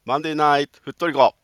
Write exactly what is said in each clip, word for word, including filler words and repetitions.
マンデーナイトふっとりこ。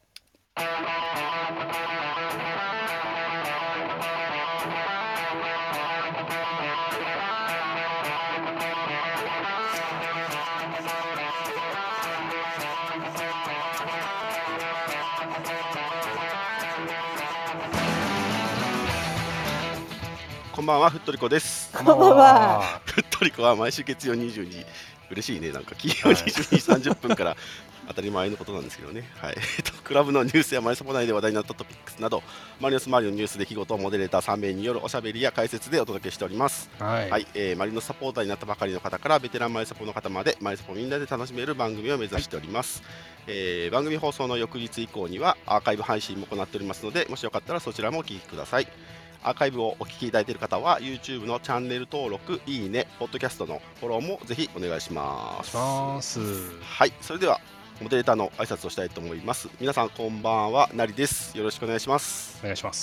こんばんは、ふっとりこです。 こんばんは。 ふっとりこは毎週月曜にじゅうにじ、嬉しいね、なんか金曜にじゅうにじさんじゅっぷんから当たり前のことなんですけどね、はい、クラブのニュースやマイサポ内で話題になったトピックスなど、マリノス周りのニュース、出来事をモデレーターさん名によるおしゃべりや解説でお届けしております。 はい、 はい、えー、マリノスサポーターになったばかりの方からベテランマイサポの方まで、マイサポみんなで楽しめる番組を目指しております。はい、えー、番組放送の翌日以降にはアーカイブ配信も行っておりますので、もしよかったらそちらもお聞きください。アーカイブをお聞きいただいている方は YouTube のチャンネル登録、いいね、ポッドキャストのフォローもぜひお願いします。はい、それではモデレーターの挨拶をしたいと思います。皆さんこんばんは、なりです。よろしくお願いします。 お願いします。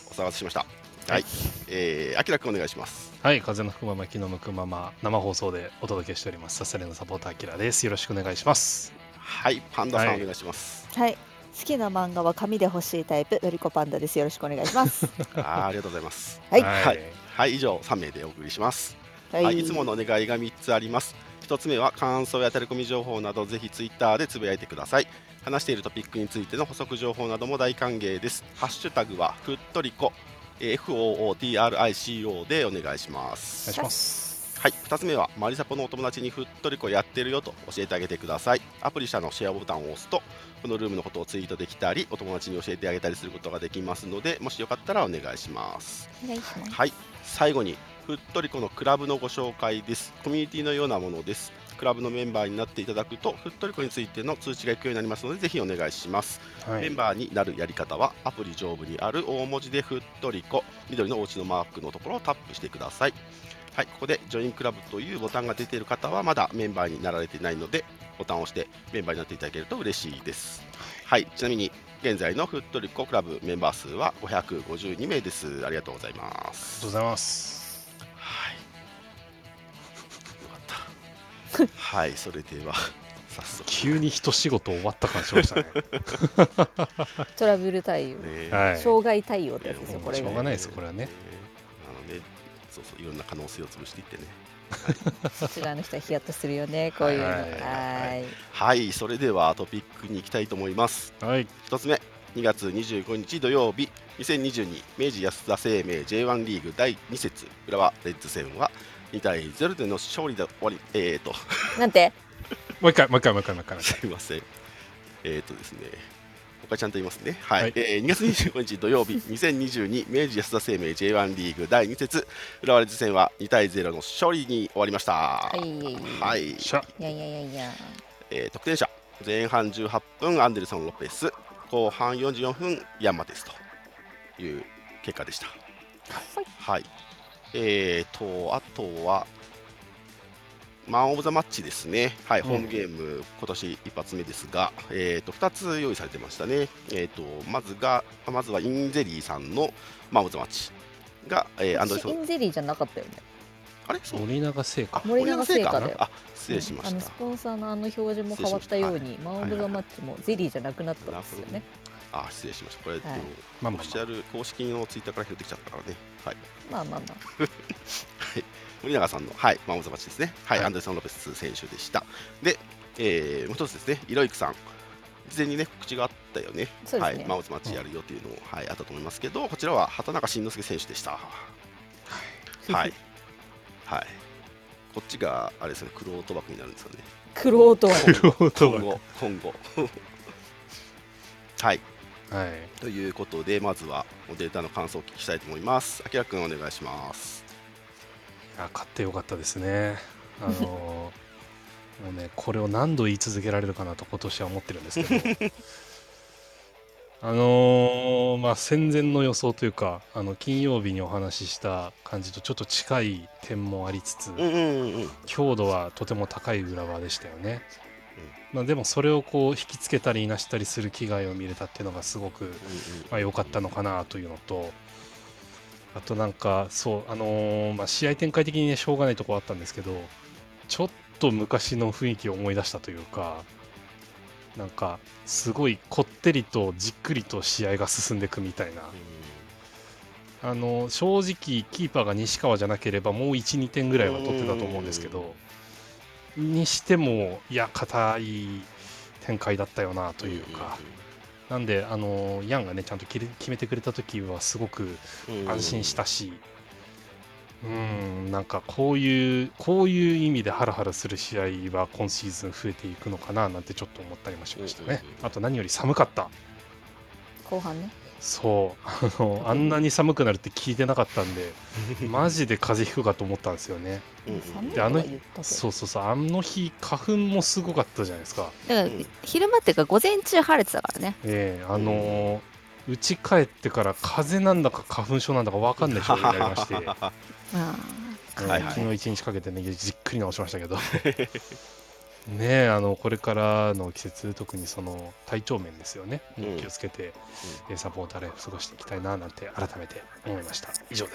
お騒がせしました。はい、えー、あきらくんお願いします。 はい、風の吹くまま気の向くまま生放送でお届けしておりますサスレのサポーターあきらです。よろしくお願いします。 はい、パンダさん、はい、お願いします。 はい、好きな漫画は紙で欲しいタイプのりこパンダです。よろしくお願いしますあ, ありがとうございます。 はい、 はい、はい、以上さん名でお送りします。はい、はい、いつものお願いがみっつあります。ひとつめは感想やタレコミ情報などぜひツイッターでつぶやいてください。話しているトピックについての補足情報なども大歓迎です。ハッシュタグはふっとりこ エフオーオーティーアールアイシーオー でお願いします。 お願いします。 はい、ふたつめはマリサポのお友達にふっとりこやってるよと教えてあげてください。アプリ下のシェアボタンを押すとこのルームのことをツイートできたりお友達に教えてあげたりすることができますので、もしよかったらお願いします。 お願いします。 はい、最後にふっとりこのクラブのご紹介です。コミュニティのようなものです。クラブのメンバーになっていただくとふっとりこについての通知がいくようになりますので、ぜひお願いします。はい、メンバーになるやり方はアプリ上部にある大文字でふっとりこ、緑のお家のマークのところをタップしてください。はい、ここでジョインクラブというボタンが出ている方はまだメンバーになられていないので、ボタンを押してメンバーになっていただけると嬉しいです。はい、ちなみに現在のふっとりこクラブメンバー数はごひゃくごじゅうに名です。ありがとうございます。 ありがとうございます。 はい、よかった。はい、それでは早速急に一仕事終わった感じしましたね。 トラブル対応、 ね、 はい、障害対応ってやつですよ。これしょうがないです、これはね。 あのね、そうそう、いろんな可能性を潰していってね。 そちらの人はヒヤッとするよね、こういうの。はい、はいはいはい、それではトピックに行きたいと思います。 はい、 ひとつめ、にがつにじゅうごにち土曜日、にせんにじゅうに明治安田生命 ジェイワン リーグだいに節、浦和レッズ戦はにたいゼロでの勝利で終わり、えーとなんてもう一回もう一回もう一回もう一回すいません、えーとですねもう一回ちゃんと言いますね。はい、はい、えー、にがつにじゅうごにち土曜日、にせんにじゅうに明治安田生命 ジェイワン リーグだいに節、浦和レッズ戦はにたいゼロの勝利に終わりました。 はい、 はい、 いやいやいやいや、えー、得点者前半じゅうはっぷんアンデルソン・ロペス、後半よんじゅうよんふんヤンマテスという結果でした。はい、はい、えーとあとはマン・オブ・ザ・マッチですね。はい、うん、ホームゲーム今年一発目ですが、えーとふたつ用意されてましたね。えーとまずがまずはインゼリーさんのマン・オブ・ザ・マッチが、えー、アンドレソン。 インゼリーじゃなかったよね。 あれ、そう。 森永製菓。 森永製菓だよ。 あ、失礼しました。 うん、あのスポンサーのあの表示も変わったように、マン・オブ・ザ・マッチもゼリーじゃなくなったんですよね。 あ、失礼しました。これ、はい、でも、 まあ、 オフィシャル公式のツイッターから拾ってきちゃったからね。はい。 まあまあまあ。 はい。森永さんの、はい、マン・オブ・ザ・マッチですね。はい、はい、アンデルソン・ロペス選手でした。で、えー、もう一つですね、イロイクさん。事前にね、告知があったよね。 ね、 はい、マン・オブ・ザ・マッチやるよっていうのも、うん、はい、あったと思いますけど、こちらは畑中慎之介選手でした。はい。はい。こっちがあれですね、クロート枠になるんですかね。 クロート枠。今後、今後。はい。 はい。 ということで、まずはデータの感想をお聞きしたいと思います。あきらくん、お願いします。 いや、勝ってよかったですね。あのー、もうね、これを何度言い続けられるかなと今年は思ってるんですけど。あのー、まあ戦前の予想というか、あの金曜日にお話しした感じとちょっと近い点もありつつ、強度はとても高い浦和でしたよね。うん、まあ、でもそれをこう引きつけたりいなしたりする気概を見れたっていうのがすごくまあ良かったのかなというのと、あとなんかそうあのー、まあ試合展開的にねしょうがないところあったんですけど、ちょっと昔の雰囲気を思い出したというか。 なんかすごいこってりとじっくりと試合が進んでいくみたいな、あの正直キーパーが西川じゃなければもういち、にてんぐらいは取ってたと思うんですけど、にしてもいや硬い展開だったよなというか、なんであのヤンがねちゃんと決めてくれた時はすごく安心したし、うん、なんかこういうこういう意味でハラハラする試合は今シーズン増えていくのかななんてちょっと思ったりもしましたね。あと何より寒かった。 後半ね。 そうあのあんなに寒くなるって聞いてなかったんでマジで風邪ひくかと思ったんですよね。であのそうそうそうあの日花粉もすごかったじゃないですか。 だから昼間っていうか午前中晴れてたからね。 ええー、あのー、家帰ってから風邪なんだか花粉症なんだか分かんない症状になりましてあ、はい、昨日一日かけてねじっくり直しましたけどねえ、あのこれからの季節特にその体調面ですよね、うん、気をつけて、うん、サポーターライフ過ごしていきたいななんて改めて思いました。以上です。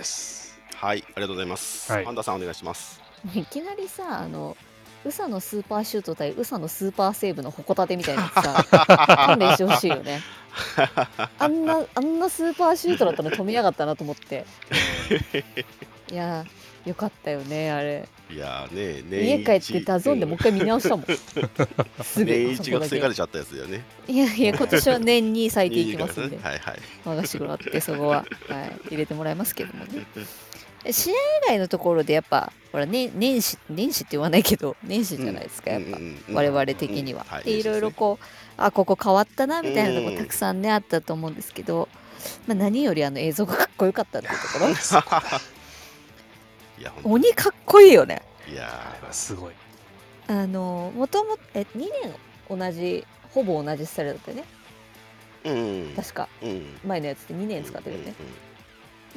はい、ありがとうございます。はい、パンダさんお願いします。 いきなりさ、あのウサのスーパーシュート対ウサのスーパーセーブのほこたてみたいなさ勘弁してほしいよね。あんなあんなスーパーシュートだったの止めやがったなと思っていやよかったよねあれ。 いやね、 家帰ってダゾーンでもう一回見直したもん。 すぐ年一が防がれちゃったやつだよね。 いやいや今年は年に咲いていきますんで、 はいはい、 任せてもらってそこは、はい、入れてもらいますけどもね。試合以外のところでやっぱほら、ね、年始年始って言わないけど年始じゃないですか、やっぱ我々的には。でいろいろこうあここ変わったなみたいなとこたくさんねあったと思うんですけど、まあ、何よりあの映像がかっこよかったっていうところいや鬼かっこいいよね。 いやあれはすごい。 あのもともとえにねん同じほぼ同じスタイルだったよね、うん、確か、うん、前のやつってにねん使ってるよね、うんうん、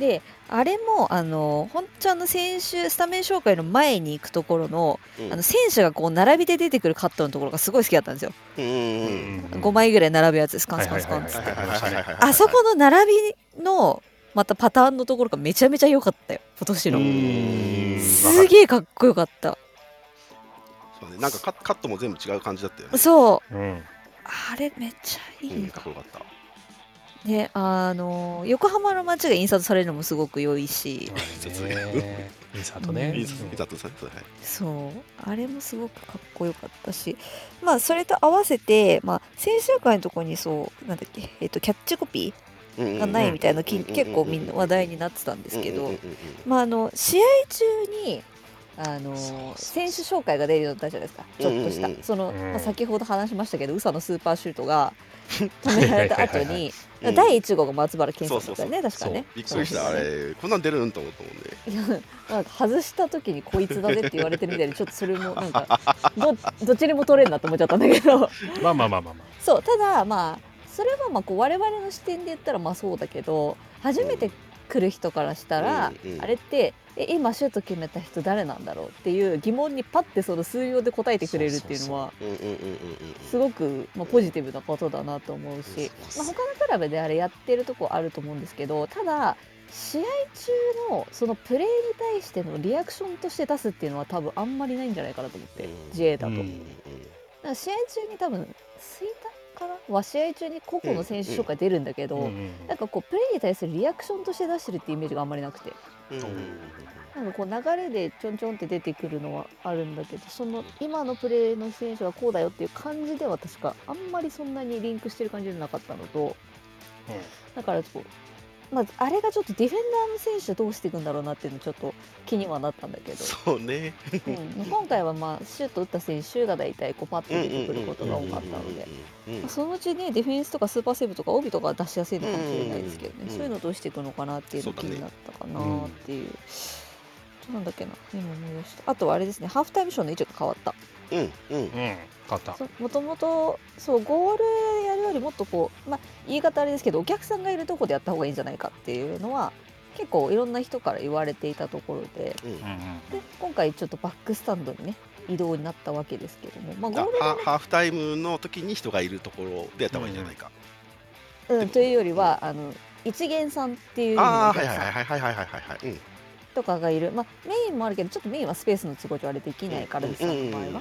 であれもあの本ちゃんの選手スタメン紹介の前に行くところの、うん、あの選手がこう並びで出てくるカットのところがすごい好きだったんですよ、うんうんうん、ごまいぐらい並ぶやつですカンスカンスカンつってあそこの並びのまたパターンのところがめちゃめちゃ良かったよ今年の。すげえかっこよかった。 そうね、なんかカットも全部違う感じだったよね。 そう、うん、あれめっちゃいい、 うん、かっこよかった。 ね、あの横浜の街が印刷されるのもすごく良いし、 印刷ね、印刷されて、 そうあれもすごくかっこよかったし、まあそれと合わせて、まあ先週会のところにそうなんだっけ、えっとキャッチコピーがないみたいな結構みんな話題になってたんですけど、まああの試合中にあの選手紹介が出るようになったじゃないですか、ちょっとした、その、まあ、先ほど話しましたけどウサのスーパーシュートが止められた後にだいいち号が松原健さんだったよね、確かね。 びっくりした、あれこんなん出るんと思ったもんね。 いやなんか外した時にこいつだぜって言われてるみたいでちょっとそれもなんか ど, どっちにも取れんなと思っちゃったんだけどまあまあまあまあまあそうただまあそれはまあこう我々の視点で言ったらまあそうだけど、初めて来る人からしたら、うんうん、あれってえ今シュート決めた人誰なんだろうっていう疑問にパッてその数秒で答えてくれるっていうのはすごく、まあ、ポジティブなことだなと思うし、まあ、他のクラブであれやってるとこあると思うんですけど、ただ試合中のそのプレーに対してのリアクションとして出すっていうのは多分あんまりないんじゃないかなと思って、うん、自衛だと、うん、だから試合中に多分スイタかなは試合中に個々の選手紹介出るんだけど、うんうん、なんかこうプレーに対するリアクションとして出してるってイメージがあんまりなくて、うん、なんかこう流れでちょんちょんって出てくるのはあるんだけど、その今のプレーの選手はこうだよっていう感じでは確かあんまりそんなにリンクしてる感じじゃなかったのと、うん、だからこうまあ、あれがちょっとディフェンダーの選手どうしていくんだろうなっていうのちょっと気にはなったんだけど、 そうね、 うん、今回はまあシュート打った選手が大体こうパッと出てくることが多かったので、そのうちねディフェンスとかスーパーセーブとか帯とか出しやすいのかもしれないですけどね、うんうんうん、そういうのどうしていくのかなっていうの気になったかなっていう、そうなんだっけな、今思い出した。あとはあれですね、ハーフタイムショーの位置が変わった。 うんうんうん、 もともとそうゴールやるよりもっとこう、まあ、言い方あれですけどお客さんがいるとこでやった方がいいんじゃないかっていうのは結構いろんな人から言われていたところで、うん、で今回ちょっとバックスタンドにね移動になったわけですけども、まあ、ゴールハーフタイムの時に人がいるところでやった方がいいんじゃないか、 うんうん、というよりはあの一元さんっていう意味のお客さんとかがいる、まあ、メインもあるけどちょっとメインはスペースの都合上あれできないからです、その場合は。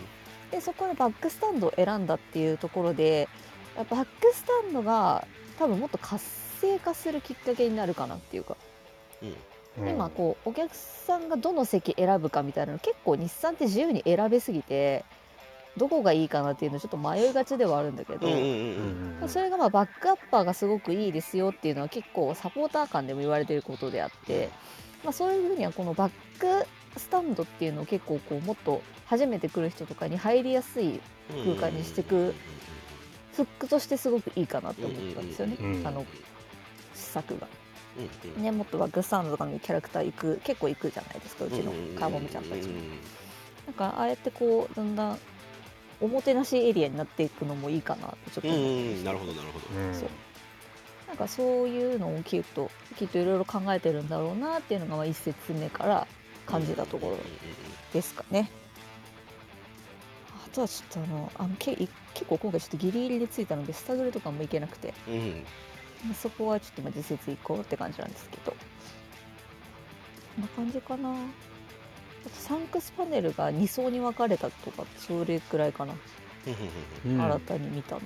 でそこでバックスタンドを選んだっていうところで、やっぱバックスタンドが多分もっと活性化するきっかけになるかなっていうか、 うん、 今こうお客さんがどの席選ぶかみたいなの結構日産って自由に選べすぎて、どこがいいかなっていうのちょっと迷いがちではあるんだけど、それがまあバックアッパーがすごくいいですよっていうのは結構サポーター間でも言われてることであって、まあ、そういうふうにはこのバックスタンドっていうのを結構こうもっと初めて来る人とかに入りやすい空間にしていくフックとしてすごくいいかなって思ったんですよね、あの施策が。ね、もっとバックスタンドとかのキャラクター行く結構行くじゃないですか、うちのカーボムちゃんたちも。なんかああやってこうだんだんおもてなしエリアになっていくのもいいかなってちょっと思ってました。 なるほどなるほど。 そうなんかそういうのをきっときっといろいろ考えてるんだろうなっていうのがまあ一節目から感じたところですかね。あとはちょっとあのあのけ結構今回ちょっとギリギリでついたのでスタグルとかも行けなくて、うん、そこはちょっとまあ次節行こうって感じなんですけど、こんな感じかな。あとサンクスパネルがに層に分かれたとかそれくらいかな、新たに見たの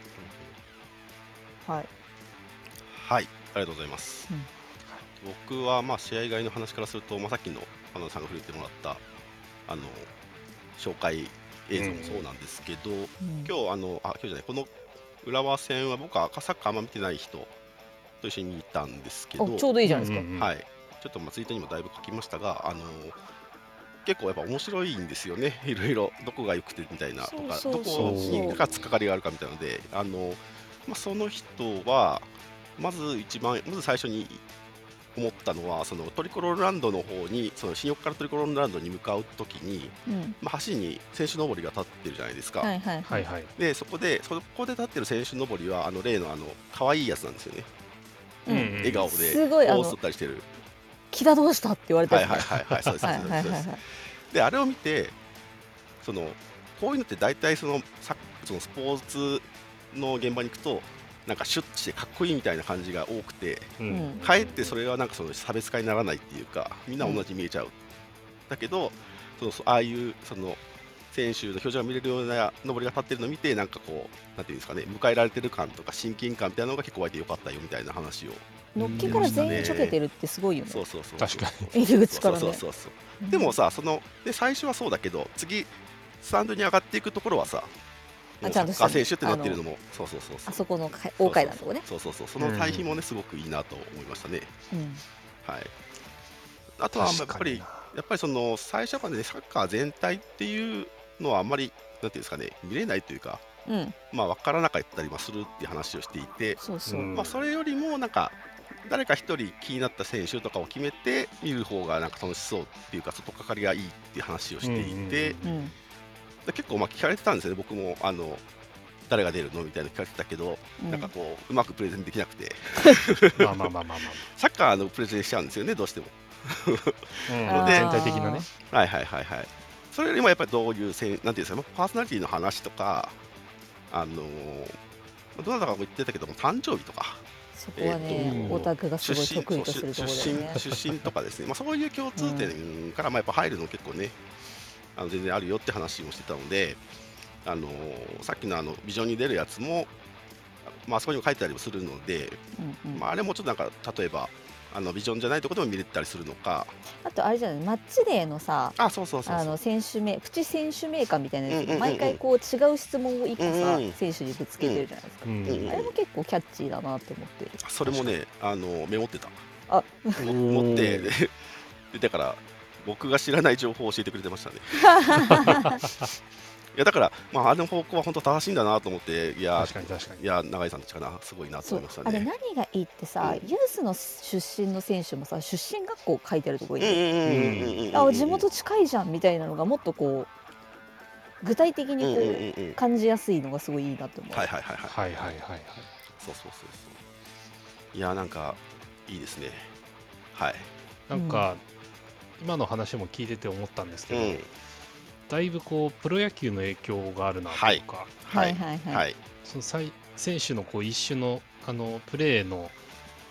は。はいはい、ありがとうございます。うん、僕はまあ試合外の話からすると、まあ、さっきの花田さんが触れてもらったあの紹介映像もそうなんですけど、うん、今日あのあ今日じゃないこの浦和戦は僕は赤サッカーあんま見てない人と一緒に見たんですけど、 ちょうどいいじゃないですか。うんうん、 はい、ちょっとまあツイートにもだいぶ書きましたが、あの結構やっぱ面白いんですよね。いろいろどこが良くてみたいなとか、どこにがつっかかりがあるかみたいなので、あのまあ、その人はまず一番まず最初に思ったのは、そのトリコロールランドの方にその新横からトリコロールランドに向かうときに、うん、まあ、橋に選手上りが立ってるじゃないですか。 はいはいはい、 でそこでそこで立ってる選手上りはあの例のあの可愛いやつなんですよね。うん、笑顔でポーズ取ったりしてる。 木田どうしたって言われてる、 ね、はいはいはいはいそうですそうです。であれを見て、そのこういうのって大体そのさそのスポーツの現場に行くとなんかシュッしてかっこいいみたいな感じが多くて、うん、かえってそれはなんかその差別化にならないっていうか、みんな同じ見えちゃう、うん、だけどそのああいうその選手の表情が見れるような上りが立ってるのを見て、なんかこうなんていうんですかね、迎えられてる感とか親近感みたいなのが結構湧いてよかったよみたいな話を。 のっけから全員ちょけてるってすごいよね。 そうそうそう確かに入り口からね。 そうそうそうそう、うん、でもさ、そので最初はそうだけど、次スタンドに上がっていくところはさ、サッカー選手ってなってるのも、そうそうそうそう、 あそこの大階段のとこね。 そうそうそう、その対比もねすごくいいなと思いましたね。うん、はい。あとはやっぱりやっぱりその最初からね、サッカー全体っていうのはあんまりなんていうんですかね、見れないというか、うん、まあ分からなかったりもするっていう話をしていて、 そうそう、 まあそれよりもなんか誰か一人気になった選手とかを決めて見る方がなんか楽しそうっていうか、外掛かりがいいっていう話をしていて、うんうんうん、結構まあ聞かれてたんですよね。僕もあの誰が出るのみたいな聞かれてたけど、うん、なんかこううまくプレゼンできなくてまあまあまあまあまあサッカーのプレゼンしちゃうんですよね、どうしてもうん、で全体的なね。 はいはいはいはい。それよりもやっぱりどういうせんなんていうんですか、パーソナリティの話とか、あのー、どなたかも言ってたけども誕生日とか。 そこはね、オタクがすごい得意とするところだよね。 出身、出身とかですね、まあ、そういう共通点からまあやっぱ入るの結構ね、あの全然あるよって話もしてたので、あのー、さっきのあのビジョンに出るやつも、まあそこにも書いてありもするので、うんうん、まあ、あれもちょっとなんか例えばあのビジョンじゃないところでも見れたりするのか、 あとあれじゃない、マッチデーのさ、 あそうそうそうそう、 あの選手名プチ選手名鑑みたいなやつ、うんうんうん、毎回こう違う質問をいっこさ、うんうん、選手にぶつけてるじゃないですか、うんうん、あれも結構キャッチーだなって思って、 それもねあのメモってた、あ持ってでだから僕が知らない情報を教えてくれてましたねいやだから、まあ、あの方向は本当正しいんだなと思って、いや確かに確かに、 いや永井さんたちかな、すごいなと思いましたね。 あれ何がいいってさ、うん、ユースの出身の選手もさ、出身学校書いてあるところに、あ地元近いじゃんみたいなのがもっとこう具体的にこう、うんうんうん、感じやすいのがすごいいいなと思う。 はいはいはいはいはいはいはいはい、 そうそうそうそう、いやなんかいいですね。はい、 なんか、うん、今の話も聞いてて思ったんですけど、うん、だいぶこうプロ野球の影響があるなとか、はいはいはいはい、 その選手のこう一種のあのプレーの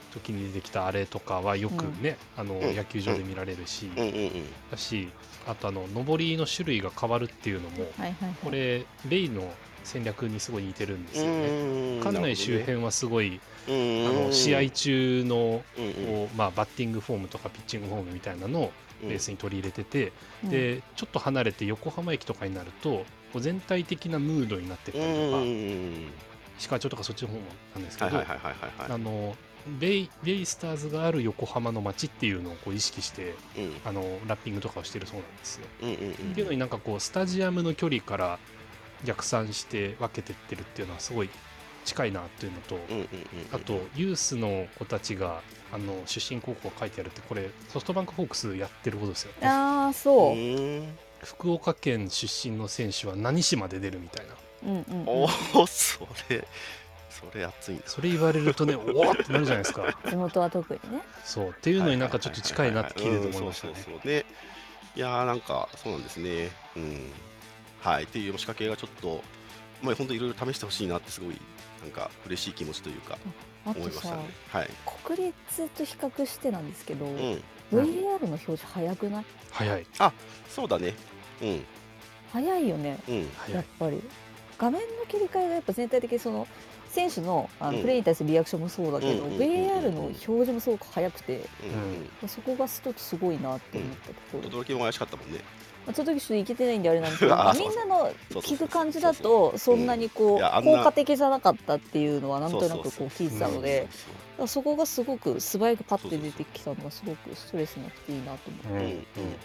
時に出てきたあれとかはよくね、うん、あのうん野球場で見られるし、 うんうんうん、 だし、あとあの上りの種類が変わるっていうのも、 はいはいはい、 これレイの戦略にすごい似てるんですよね。館内周辺はすごい、あの試合中のこう、まあ、バッティングフォームとかピッチングフォームみたいなのをベースに取り入れてて、うん、でちょっと離れて横浜駅とかになるとこう全体的なムードになってったりとか、石川町とかそっちの方なんですけど、あのベイ、ベイスターズがある横浜の街っていうのをこう意識して、うん、あのラッピングとかをしてるそうなんですよ。うんうんうん、っていうのになんかこうスタジアムの距離から逆算して分けてってるっていうのはすごい近いなっていうのと、うんうんうんうん、あとユースの子たちがあの出身高校書いてあるって、これソフトバンクホークスやってることですよね。 ああそう。 福岡県出身の選手は何市まで出るみたいな。 うんうんうん、 おお、それそれ熱いな。 それ言われるとねおおってなるじゃないですか。 地元は特にね。 そうっていうのになんかちょっと近いなって聞いてて思いましたね。 そうそうそうね。いやーなんかそうなんですね。うん。はい、っていう仕掛けがちょっと、まあ、本当にいろいろ試してほしいなってすごいなんか嬉しい気持ちというか思いましたね。はい、 国立と比較してなんですけど、うん、ブイエーアール の表示早くない？ 早い。 あ、そうだね。うん。 早いよね。うん、やっぱり画面の切り替えがやっぱ全体的にその選手 の, あのプレーに対するリアクションもそうだけど、ブイエーアール の表示もすごく早くて、うん、そこがちょっとすごいなって思ったところ。 驚きも怪しかったもんね。 ちょっと時ちょっといけてないんであれなんですけど、みんなの聞く感じだとそんなにこう効果的じゃなかったっていうのはなんとなくこう聞いてたので、そこがすごく素早くパッて出てきたのがすごくストレスなくていいなと思って。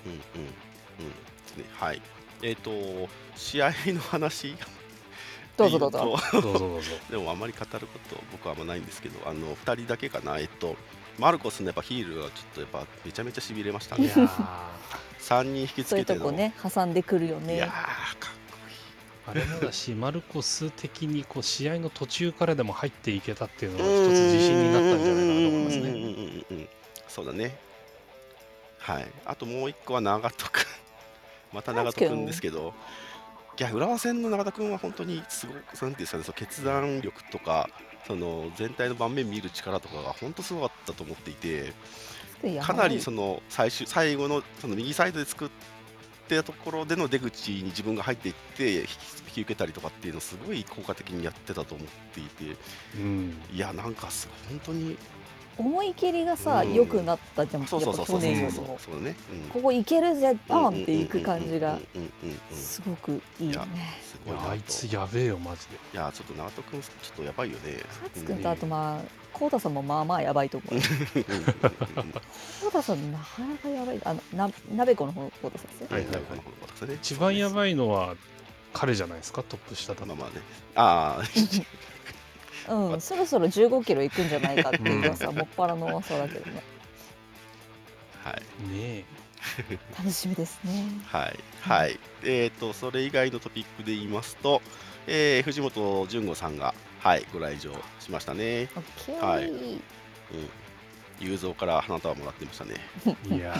はい。えっと試合の話どうぞどうぞ。 でもあまり語ること僕はあんまないんですけど、あのふたりだけかな。えっとマルコスのやっぱヒールがちょっとやっぱめちゃめちゃしびれましたね。さんにん引きつけてのそういうとこね挟んでくるよね。 いやーかっこいい。あれもだしマルコス的にこう試合の途中からでも入っていけたっていうのが一つ自信になったんじゃないかなと思いますね。 そうだね。はい。あともう一個は長門くんまた長門くんですけど、いや浦和戦の長門くんは本当にすごくなんていうんですかね、その決断力とかその全体の盤面見る力とかが本当すごかったと思っていて、かなりその最終最後のその右サイドで作ってたところでの出口に自分が入っていって引き受けたりとかっていうのをすごい効果的にやってたと思っていて、うん、いやなんかすごい本当に思い切りがさ良、うん、くなったじゃん。 そうそうそうそうそうそうそうね、 うん、ここいけるぜバンっていく感じがすごくいいよね。 いやあいつやべえよマジで。 いやちょっと長門君ちょっとやばいよね。 勝君とあとまあコウタさんもまあまあやばいと思う。コウタさんなかなかやばい。あのな鍋子の方コウタさんですね。はいはいはい。 一番やばいのは彼じゃないですか、トップ下だ。 まあまあね。ああ。 うん、そろそろじゅうごキロいくんじゃないかっていう噂もっぱらの噂だけどね。 はいねえ楽しみですね。 はいはい。えっとそれ以外のトピックで言いますと、えー、藤本純吾さんがはいご来場しましたね。はい。うん。雄三から花束もらってましたね。 いや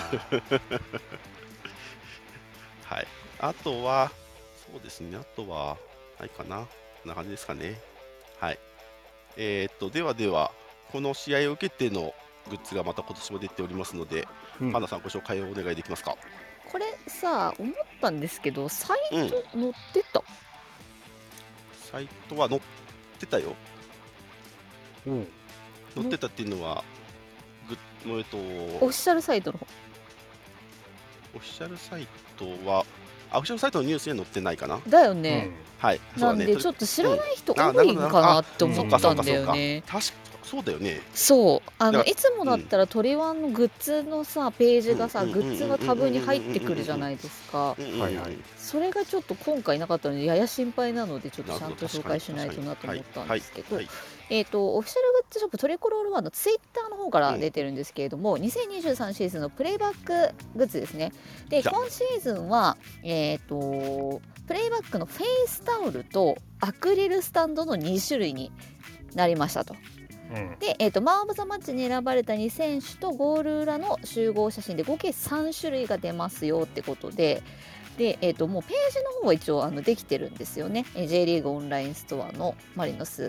はい。あとはそうですね。あとはないかな。こんな感じですかね。はい。えー、とではではこの試合を受けてのグッズがまた今年も出ておりますので、うん、パンダさんご紹介をお願いできますか。 これさ思ったんですけどサイト載ってた、うん、 サイトは載ってたよ、うん、載ってたっていうのはグッ、えっと、 オフィシャルサイトの方オフィシャルサイトはオフィシャルサイトのニュースには載ってないかな。 だよね、 うん、はい、 なんでちょっと知らない人多いかなって思ったんだよね。 確かそうだよね。 そうあのいつもだったら鳥ワンのグッズのさページがさグッズのタブに入ってくるじゃないですか。それがちょっと今回なかったのでやや心配なのでちょっとちゃんと紹介しないとなと思ったんですけど、えっとオフィシャルグッズショップトリコロールワンのツイッターの方から出てるんですけれども、にせんにじゅうさんシーズンのプレイバックグッズですね。で今シーズンはえっとプレイバックのフェイスタオルとアクリルスタンドのに種類になりましたと。うん、で、えーと、マン・オブ・ザ・マッチに選ばれたに選手とゴール裏の集合写真で合計さん種類が出ますよってことで、で、えーと、もうページの方は一応あのできてるんですよね。J リーグオンラインストアのマリノス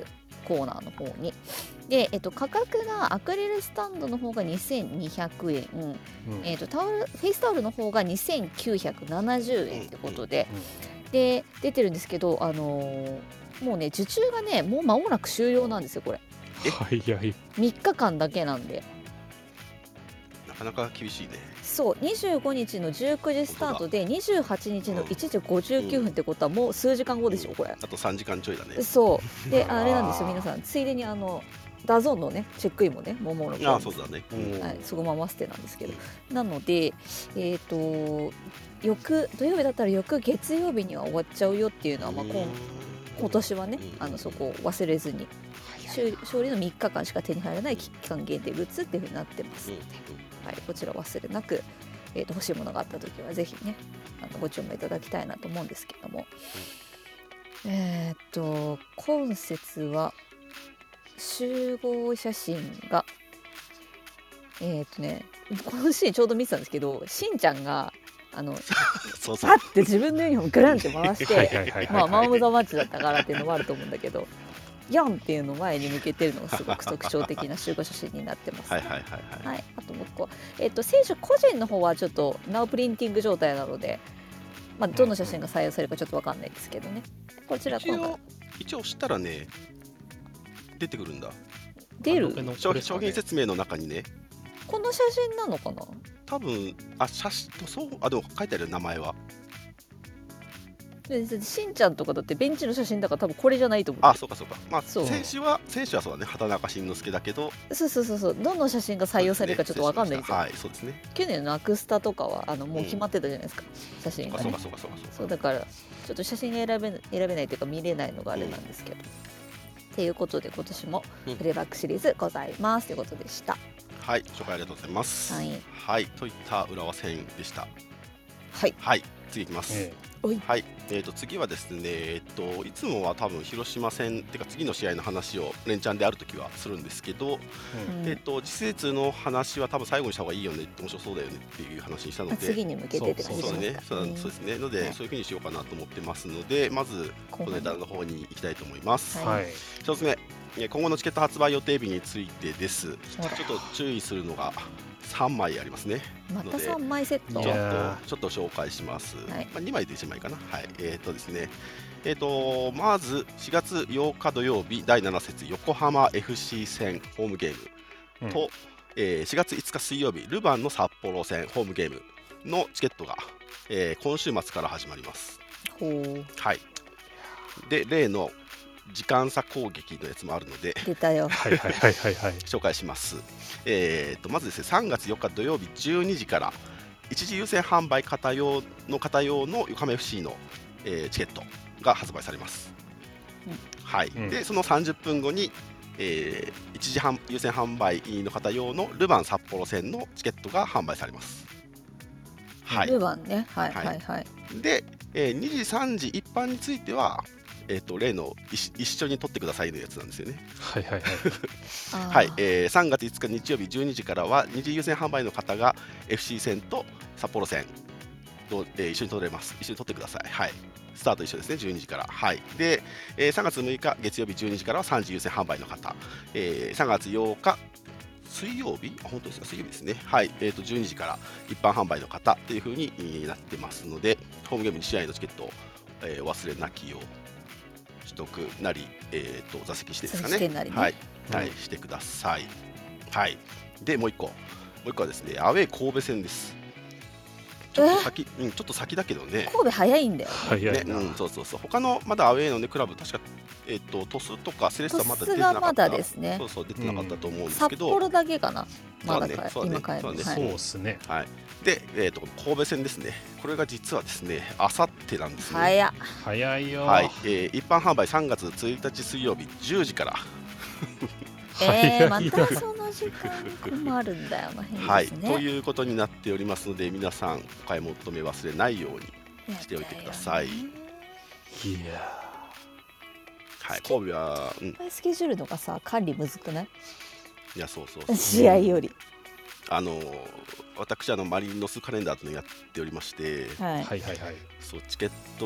コーナーの方に。で、えっと、価格がアクリルスタンドの方がにせんにひゃくえん、うん、えっと、タオルフェイスタオルの方がにせんきゅうひゃくななじゅうえんってことで、うん、で出てるんですけど、あのー、もうね受注がねもう間もなく終了なんですよこれ。 はいはい。 みっかかんだけなんで。 なかなか厳しいね。 そうにじゅうごにちのじゅうくじスタートでにじゅうはちにちのいちじごじゅうきゅうふんってことはもう数時間後でしょこれ、うん、 あとさんじかんちょいだね。 そうであれなんですよ皆さん、ついでにあのダゾーンのねチェックインもねもものああそうだね、 はい、そのまま捨てなんですけど、うん、なのでえっ、ー、と翌土曜日だったら翌月曜日には終わっちゃうよっていうのは、まあ、今, 今年はね、あのそこを忘れずに勝利のみっかかんしか手に入らない期間限定グッズっていう風になってますので、はい、こちら忘れなく、えー、と欲しいものがあった時はぜひねあのご注文いただきたいなと思うんですけども、えっ、ー、と今節は集合写真がえっ、ー、とねこのシーンちょうど見てたんですけど、しんちゃんがあのそうそうパッて自分のユニフォームグランって回してまあマン・オブ・ザ・マッチだったからっていうのもあると思うんだけどヤンっていうのを前に向けてるのがすごく特徴的な集合写真になってます、ね。はいはいはいはい。はい、あともう一個、えっ、ー、と選手個人の方はちょっとナウプリンティング状態なので、まあどの写真が採用されるかちょっとわかんないですけどね。こちら今回一応押したらね出てくるんだ。 出る商品商品説明の中にね。 この写真なのかな。 多分あ写真そうあでも書いてある名前は。 でしんちゃんとかだってベンチの写真だから多分これじゃないと思う。 あそうかそうか。まあ選手は選手はそうだね畑中慎之介だけど。 そうそうそうそう。どの写真が採用されるかちょっとわかんないですよ。 はいそうですね。 去年のアクスタとかはあのもう決まってたじゃないですか、うん、写真が、ね。 そうかそうかそうかそうか。 そうだからちょっと写真が選べ選べないというか見れないのがあれなんですけど。と、うん、いうことで今年もプレイバックシリーズございます、うん、ということでした。 はい紹介ありがとうございます。はい、はい、といった浦和戦でした。 はい。 はい次いきます。 えーはい、えー、と次はですね、えー、といつもは多分広島戦っていうか次の試合の話を連チャンであるときはするんですけど、うんえー、と次節の話は多分最後にした方がいいよね面白そうだよねっていう話にしたので次に向けてって感じですか。そうねそうそうですねので、はい、そういうふうにしようかなと思ってますのでまずこのネタの方に行きたいと思います。はい、ひとつめ今後のチケット発売予定日についてです。ちょっと注意するのがさんまいありますね。 またさんまいセットちょっとちょっと紹介します。はい、まあ、にまいでいちまいかな。はい。えっ、ー、とですね。えっ、ー、とまずしがつようか土曜日だいなな節横浜 エフシー 戦ホームゲームと、うんえー、しがついつか水曜日ルヴァンの札幌戦ホームゲームのチケットが、えー、今週末から始まります。 ほう。 はい。で例の時間差攻撃のやつもあるので出たよはいはいはいはいはい紹介します。えー、とまずですねさんがつよっか土曜日じゅうにじから一時優先販売方用の方用の横浜 エフシー の、えー、チケットが発売されます。うん、はい。うん、でそのさんじゅっぷんごに、えー、一時優先販売の方用のルヴァン札幌戦のチケットが販売されます。 はい。ルヴァンねはいはいはい。 で、えー、にじさんじ一般についてはえー、と例の一緒に撮ってくださいのやつなんですよね。 はいはいはい。 はい、えー、さんがついつか日曜日じゅうにじからは二次優先販売の方が エフシー 戦と札幌戦と、えー、一緒に撮れます。一緒に撮ってください。はい。スタート一緒ですね。じゅうにじから。はい。で、えー、さんがつむいか月曜日じゅうにじからはさん次優先販売の方、えー、さんがつようか水曜日あ本当ですか水曜日ですね。はい。えー、とじゅうにじから一般販売の方っていう風になってますので、ホームゲームに試合のチケットを、えー、忘れなきよう。取得なり、えー、と座席指定ですかね。 ねはい、はい、してください。はい。でもう一個、もう一個はですね、アウェー神戸戦です。ちょっと先、うん、ちょっと先だけどね。 神戸早いんだよ。 早いね、うん、そうそうそう。他のまだアウェーのねクラブ確かえっ、ー、と鳥栖とかセレッソはまだ出てなかった。 まだですね。 そうそう出てなかったと思うんですけど。 札幌だけかな。まだね、 か、 そうね、 今帰る。 そうですね。 はい。で、えー、と神戸戦ですね。これが実はですね、あさってなんですね。 早早いよ。 はい。えー、一般販売さんがつついたち水曜日じゅうじから。 えー、またその時間困るんだよな、変ですね。 はい。ということになっておりますので、皆さんお買い求め忘れないようにしておいてください。いや。 はい。神戸は、 うん、スケジュールのがさ管理むずくない？ いやそうそうそう。 試合より。 あの私あのマリノスカレンダーというのをやっておりまして、 はい、 はいはいはいそうチケット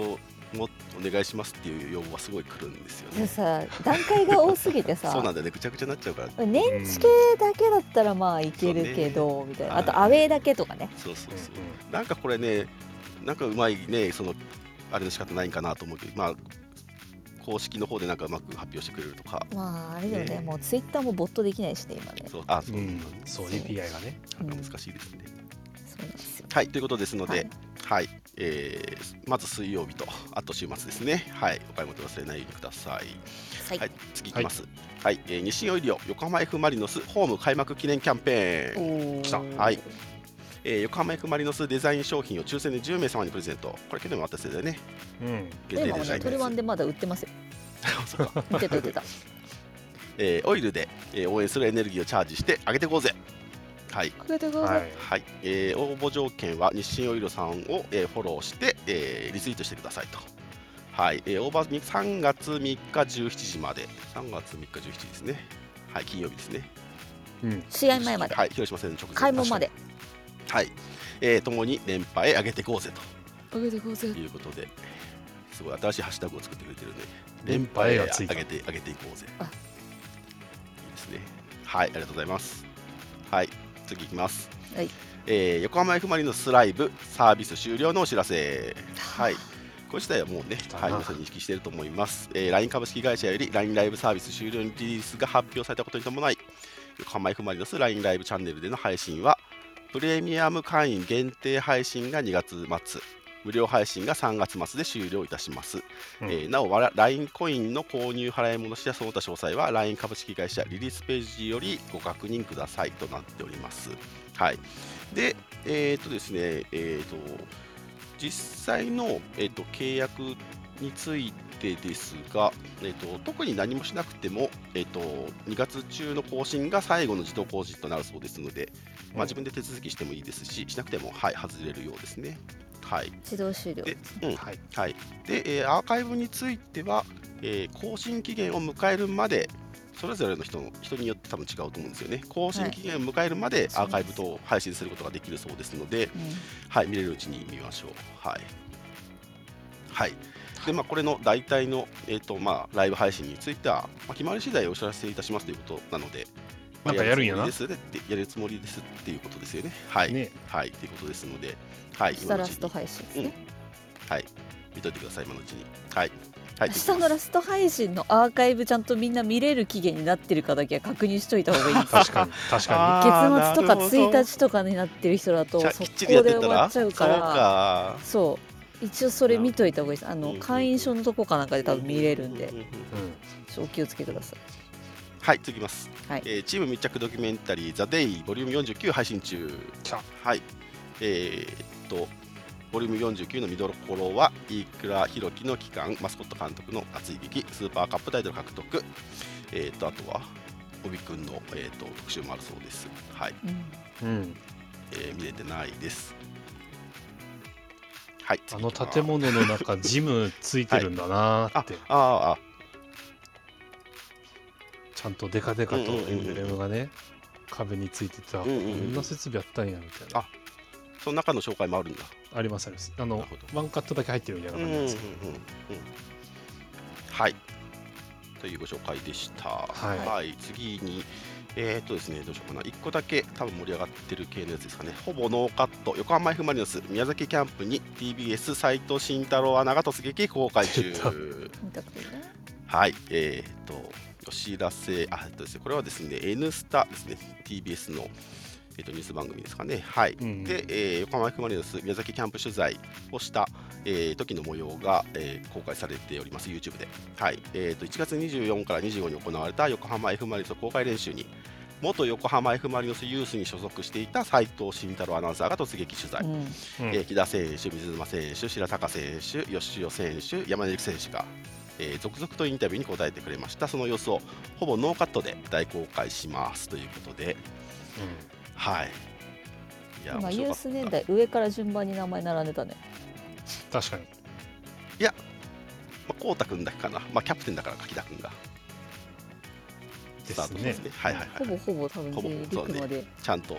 もお願いしますっていう要望はすごい来るんですよね。 でさ、段階が多すぎてさそうなんだよね、ぐちゃぐちゃになっちゃうから。 年地系だけだったらまあいけるけど、みたいな。あとアウェーだけとかね。 そうそうそう。なんかこれね、なんかうまいね、そのあれの仕方ないんかなと思うけど、まあ公式の方でなんかうまく発表してくれるとか。 まああれだよね、もうツイッターもボットできないしね、今ね。 そう、あ、そう、 そう エーピーアイ がね、 なんか難しいですね。 そうなんですよ。 はい、ということですので、はい、えー、まず水曜日とあと週末ですね。はい、お買い物忘れないようにください。はい、次いきます。はい、えー、日清オイリオ横浜 F マリノスホーム開幕記念キャンペーン。来た。はい。えー、横浜 F マリノスデザイン商品を抽選でじゅうめい様にプレゼント。これ去年もあったせいだよね。 うん。 限定デザイン。トルワンでまだ売ってますよ。売ってた売ってた。 えー、オイルで、えー、応援するエネルギーをチャージしてあげていこうぜ。はい、 はい、 はい、えー、応募条件は日清オイルさんを、えー、フォローして、えー、リツイートしてくださいと。はい、えー、応募はさんがつみっかじゅうしちじまで、さんがつみっかじゅうしちじですね。はい、金曜日ですね。 うん、試合前まで。 はい、広島戦の直前。 開門まで。 はい、えー、ともに連覇へ上げていこうぜと。上げていこうぜ。 ということで、すごい新しいハッシュタグを作ってくれてるので、 連覇へ上げて上げていこうぜ。いいですね。はい、ありがとうございます。はい。次いきます、はい。えー、横浜 F マリノスライブサービス終了のお知らせ。はい、これ自体はもうね、はい、皆さん認識していると思います。えー、ライン 株式会社より ライン ライブサービス終了にリリースが発表されたことに伴い、横浜 F マリノス ライン ライブチャンネルでの配信はプレミアム会員限定配信がにがつ末、無料配信がさんがつ末で終了いたします。うん、えー、なお ライン コインの購入払い戻しやその他詳細は ライン 株式会社リリースページよりご確認くださいとなっております。はい、で、えーとですね、えーと実際の、えーと契約についてですが、えーと特に何もしなくても、えーとにがつ中の更新が最後の自動更新となるそうですので、まあ、自分で手続きしてもいいですし、しなくても、はい、外れるようですね。はい、 自動終了で、うんはいはい、で、えー、アーカイブについては、えー、更新期限を迎えるまで、それぞれの人の人によって多分違うと思うんですよね。更新期限を迎えるまでアーカイブ等配信することができるそうですので、うんはい、見れるうちに見ましょう。はい、はいでまあ、これの大体の、えーとまあ、ライブ配信については、まあ、決まり次第お知らせいたしますということなので、 なんかやるんやな。 やるつもりですっていうことですよね。はい。ね、はい。ということですので、はい。 明日ラスト配信ですね、 うん。はい。見といてください、今のうちに。はい。 はい、明日のラスト配信のアーカイブちゃんとみんな見れる期限になってるかだけは確認しといた方がいいです確かに、確かに。月末とかついたちとかになってる人だと、そこで終わっちゃうから、そう。一応それ見といた方がいいです。あの、会員証のとこかなんかで多分見れるんで、お気をつけください。 はい、次いきます、はいえー、チーム密着ドキュメンタリー「ザ・デイボリュームよんじゅうきゅう配信中。はいえー、っとボリュームよんじゅうきゅうの見どころは飯倉弘樹の帰還、マスコット監督の熱い劇、スーパーカップタイトル獲得、えー、っとあとは帯くんの、えー、っと特集もあるそうです。はい、うんえー、見れてないです。はい、 あの建物の中ジムついてるんだなーって、はい、あああちゃんとデカデカとエンブレムがね、壁についてた、こんな設備あったんやみたいな。 あ、その中の紹介もあるんだ。 ありますあります。あのワンカットだけ入ってるみたいな感じなんですけど。 はい。というご紹介でした。はい。はい、次にえー、っとですねどうしようかな。いっこだけ多分盛り上がってる系のやつですかね。ほぼノーカット横浜 F マリノス宮崎キャンプに ティービーエス 斉藤慎太郎アナが突撃公開中。はい。えー、っと。お知らせ、あ、えっとですね、これはですね、N スタですね、ティービーエス の、えっと、ニュース番組ですかね。はい。うん、で、えー、横浜 F マリノス宮崎キャンプ取材をした、えー、時の模様が、えー、公開されております、YouTube で。はい。えー、といちがつにじゅうよっかからにじゅうごにちに行われた横浜 F マリノス公開練習に、元横浜 F マリノスユースに所属していた斉藤慎太郎アナウンサーが突撃取材。うん、えー、木田選手、水沼選手、白鷹選手、吉代選手、山根陸選手が、えー、続々とインタビューに答えてくれました。その様子をほぼノーカットで大公開しますということで、うん、はいいや今ユース年代上から順番に名前並んでたね。 確かに。 いや、まあ、こうたくんだけかな、まあ、キャプテンだから柿田くんがスタートですね。はいはいはい、 ほぼほぼ多分リクまで、ね、 ちゃんと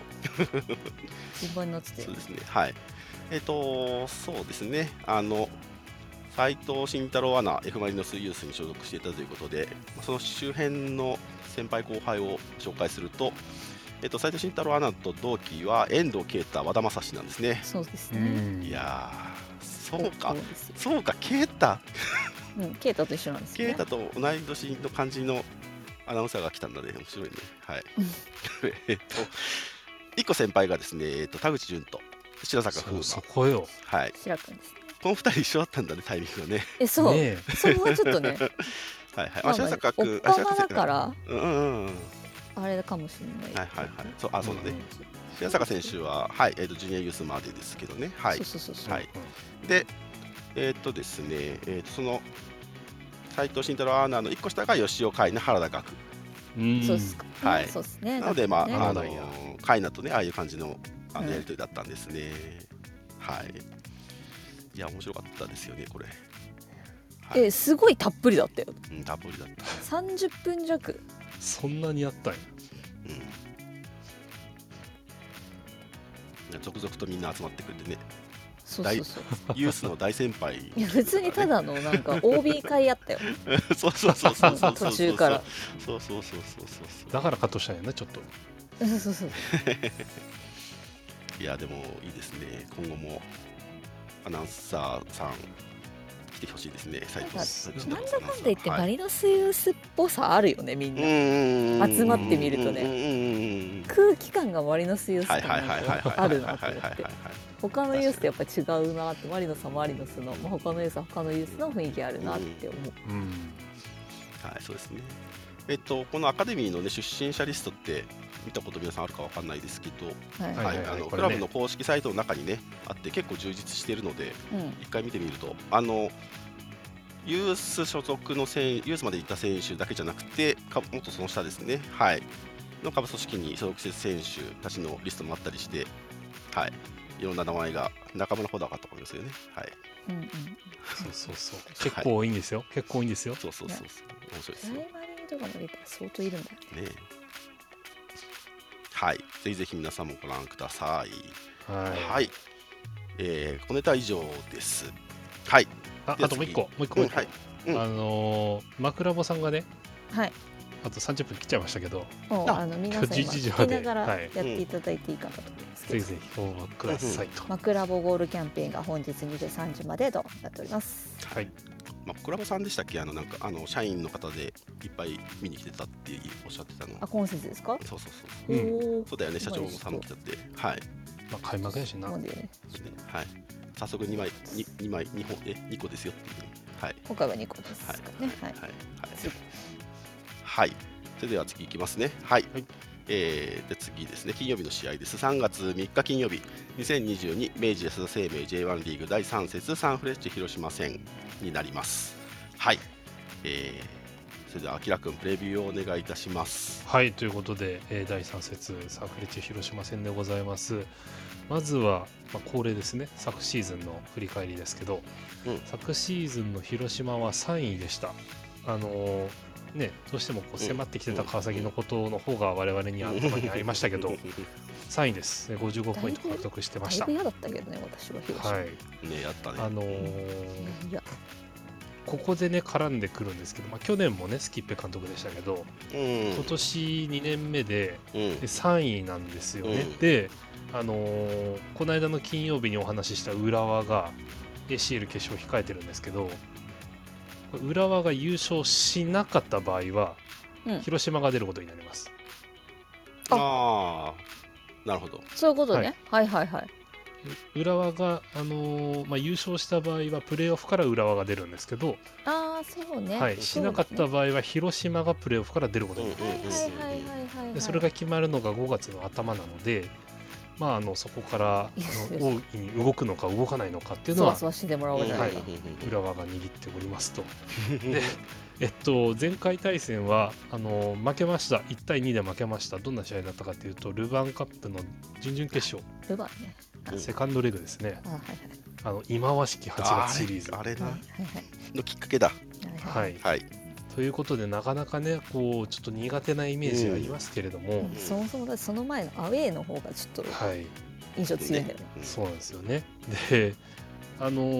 順番になってて、 そうですね。はい。えっ、ー、とそうですね。あの斉藤慎太郎アナ F マリノスユースに所属していたということで、その周辺の先輩後輩を紹介すると、えっと、斉藤慎太郎アナと同期は遠藤啓太、和田正史なんですね。 そうですね。 いやー、そうか、 そそうか、啓太、 うん、啓太と一緒なんですね。 啓太と同い年の感じのアナウンサーが来たんだね、面白いね。はい。えっと、いっこ先輩がですね、えっと、田口淳と白坂風磨。 そこよ。 はい。 白君です。 このふたり一緒だったんだね、タイミングがね。 え、そう。ね、そこはちょっとね。 はいはい。まあ、白坂君、 あ、白坂だから。 うんうんうん。 あれかもしれない。 はいはいはい。そう、あ、そうだね。白坂選手は、はい、えっと、ジュニアユースまでですけどね。はい。 そうそうそうそう。 はい。で、えっとですね、えっと、その、斉藤慎太郎アナのいっこ下が吉岡海奈、原田学。 そうですか。 はい。 そうですね。 なので、まあ、あの、海奈とね、ああいう感じの、あの、やりとりだったんですね。はい。いや、面白かったですよね、これ。 え、すごいたっぷりだったよ。 うん、たっぷりだった。 さんじゅっぷん弱。 そんなにあったんや。 うん。続々とみんな集まってくれてね。 そうそうそう。 ユースの大先輩。 いや、別にただのなんか オービー 会やったよ。 そうそうそうそうそう。 途中から。 そうそうそうそうそう。 だからカットしたんやね、ちょっと。 そうそうそう。 いや、でもいいですね。今後もアナウンサーさん来てほしいですね。斉藤なんだかんだ言ってマリノスユースっぽさあるよね、みんな。集まってみるとね。空気感がマリノスユース感があるなと思って。他のユースとやっぱ違うなって、マリノスはマリノスの、まあ、他のユースは他のユースの雰囲気あるなって思う。 うんうん、はい、そうですね。えっと、このアカデミーの、ね、出身者リストって見たこと皆さんあるかわかんないですけど、クラブの公式サイトの中にねあって結構充実しているので、うん、一回見てみると、あのユース所属の選ユースまで行った選手だけじゃなくて、もっとその下ですね、はい、の下部組織に所属している選手たちのリストもあったりして、はい、いろんな名前が仲間の方だかと思いますよね。はい。 うんうん、 そうそうそう。結構多いんですよ。はい、結構多いんですよ。 そうそうそうそう。面白いですよ。 プライマリーとかも入れたら相当いるんだよね。 ね。はい。ぜひぜひ皆さんもご覧ください。はい。はい、えー、小ネタは以上です。はい。 あ、あともう一個、もう一個、もう一個。はい、うん、あのー、マクラボさんがね。 はい。 あとさんじゅっぷん切っちゃいましたけど、 あの皆さん今聞きながらやっていただいていいかなと思いますけど、 ぜひぜひご応募くださいと。 マクラボゴールキャンペーンが本日にじゅうさんじまでとなっております。 はい。 マクラボさんでしたっけ、あのなんかあの社員の方でいっぱい見に来てたっておっしゃってたの。 あ、今節ですか？ そうそうそう。うん、そうだよね、社長さんも来ちゃって、はい。 まあ開幕やしな。 はい。早速にまいににまいにほんえにこですよっていう、はい。 今回はにこですかね。はいはいはいはい。それでは次いきますね。はい。はい、えー、で次ですね、金曜日の試合です。さんがつみっか金曜日、にせんにじゅうに明治安田生命 ジェイワン リーグだいさん節サンフレッチェ広島戦になります。はい。えー、それではあきらくんプレビューをお願いいたします。 はい、ということで、えー、だいさん節サンフレッチェ広島戦でございます。まずは、まあ、恒例ですね、昨シーズンの振り返りですけど、うん、昨シーズンの広島はさんいでした。あのーね、どうしてもこう迫ってきてた川崎のことの方が我々に頭にありましたけど、さんいです。ごじゅうごポイント獲得してました。 だいぶ嫌だったけどね、私は広島。 はい。ね、やったね。 あのー、ここでね絡んでくるんですけど、まあ、去年もねスキッペ監督でしたけど、うん、今年にねんめで、うん、でさんいなんですよね。うん、で、あのー、この間の金曜日にお話しした浦和が エーシーエル 決勝を控えてるんですけど、浦和が優勝しなかった場合は、うん、広島が出ることになります。 ああ、なるほど。 そういうことね。はい、はい、はいはい。 浦和が、あのーまあ、優勝した場合はプレーオフから浦和が出るんですけど、 ああ、そうね。 はい、しなかった場合は広島がプレーオフから出ることになります。で、それが決まるのがごがつの頭なので、まあ、あのそこからあの大いに動くのか動かないのかっていうのは、 そうしてもらおうじゃないか、はい、 浦和が握っておりますと。で、えっと、前回対戦はあの負けました。いちたいにで負けました。どんな試合だったかというと、ルヴァンカップの準々決勝、 ルヴァンね、 セカンドレグですね。 あ、はいはい、 あの忌まわしきはちがつシリーズ、 あれな、はいはいはい、のきっかけだ。 はい、はい、ということで、なかなかねこうちょっと苦手なイメージありますけれども、 うん、そもそもだその前のアウェーの方がちょっと印象強いんだよね。 はい、そうなんですよね。で、あの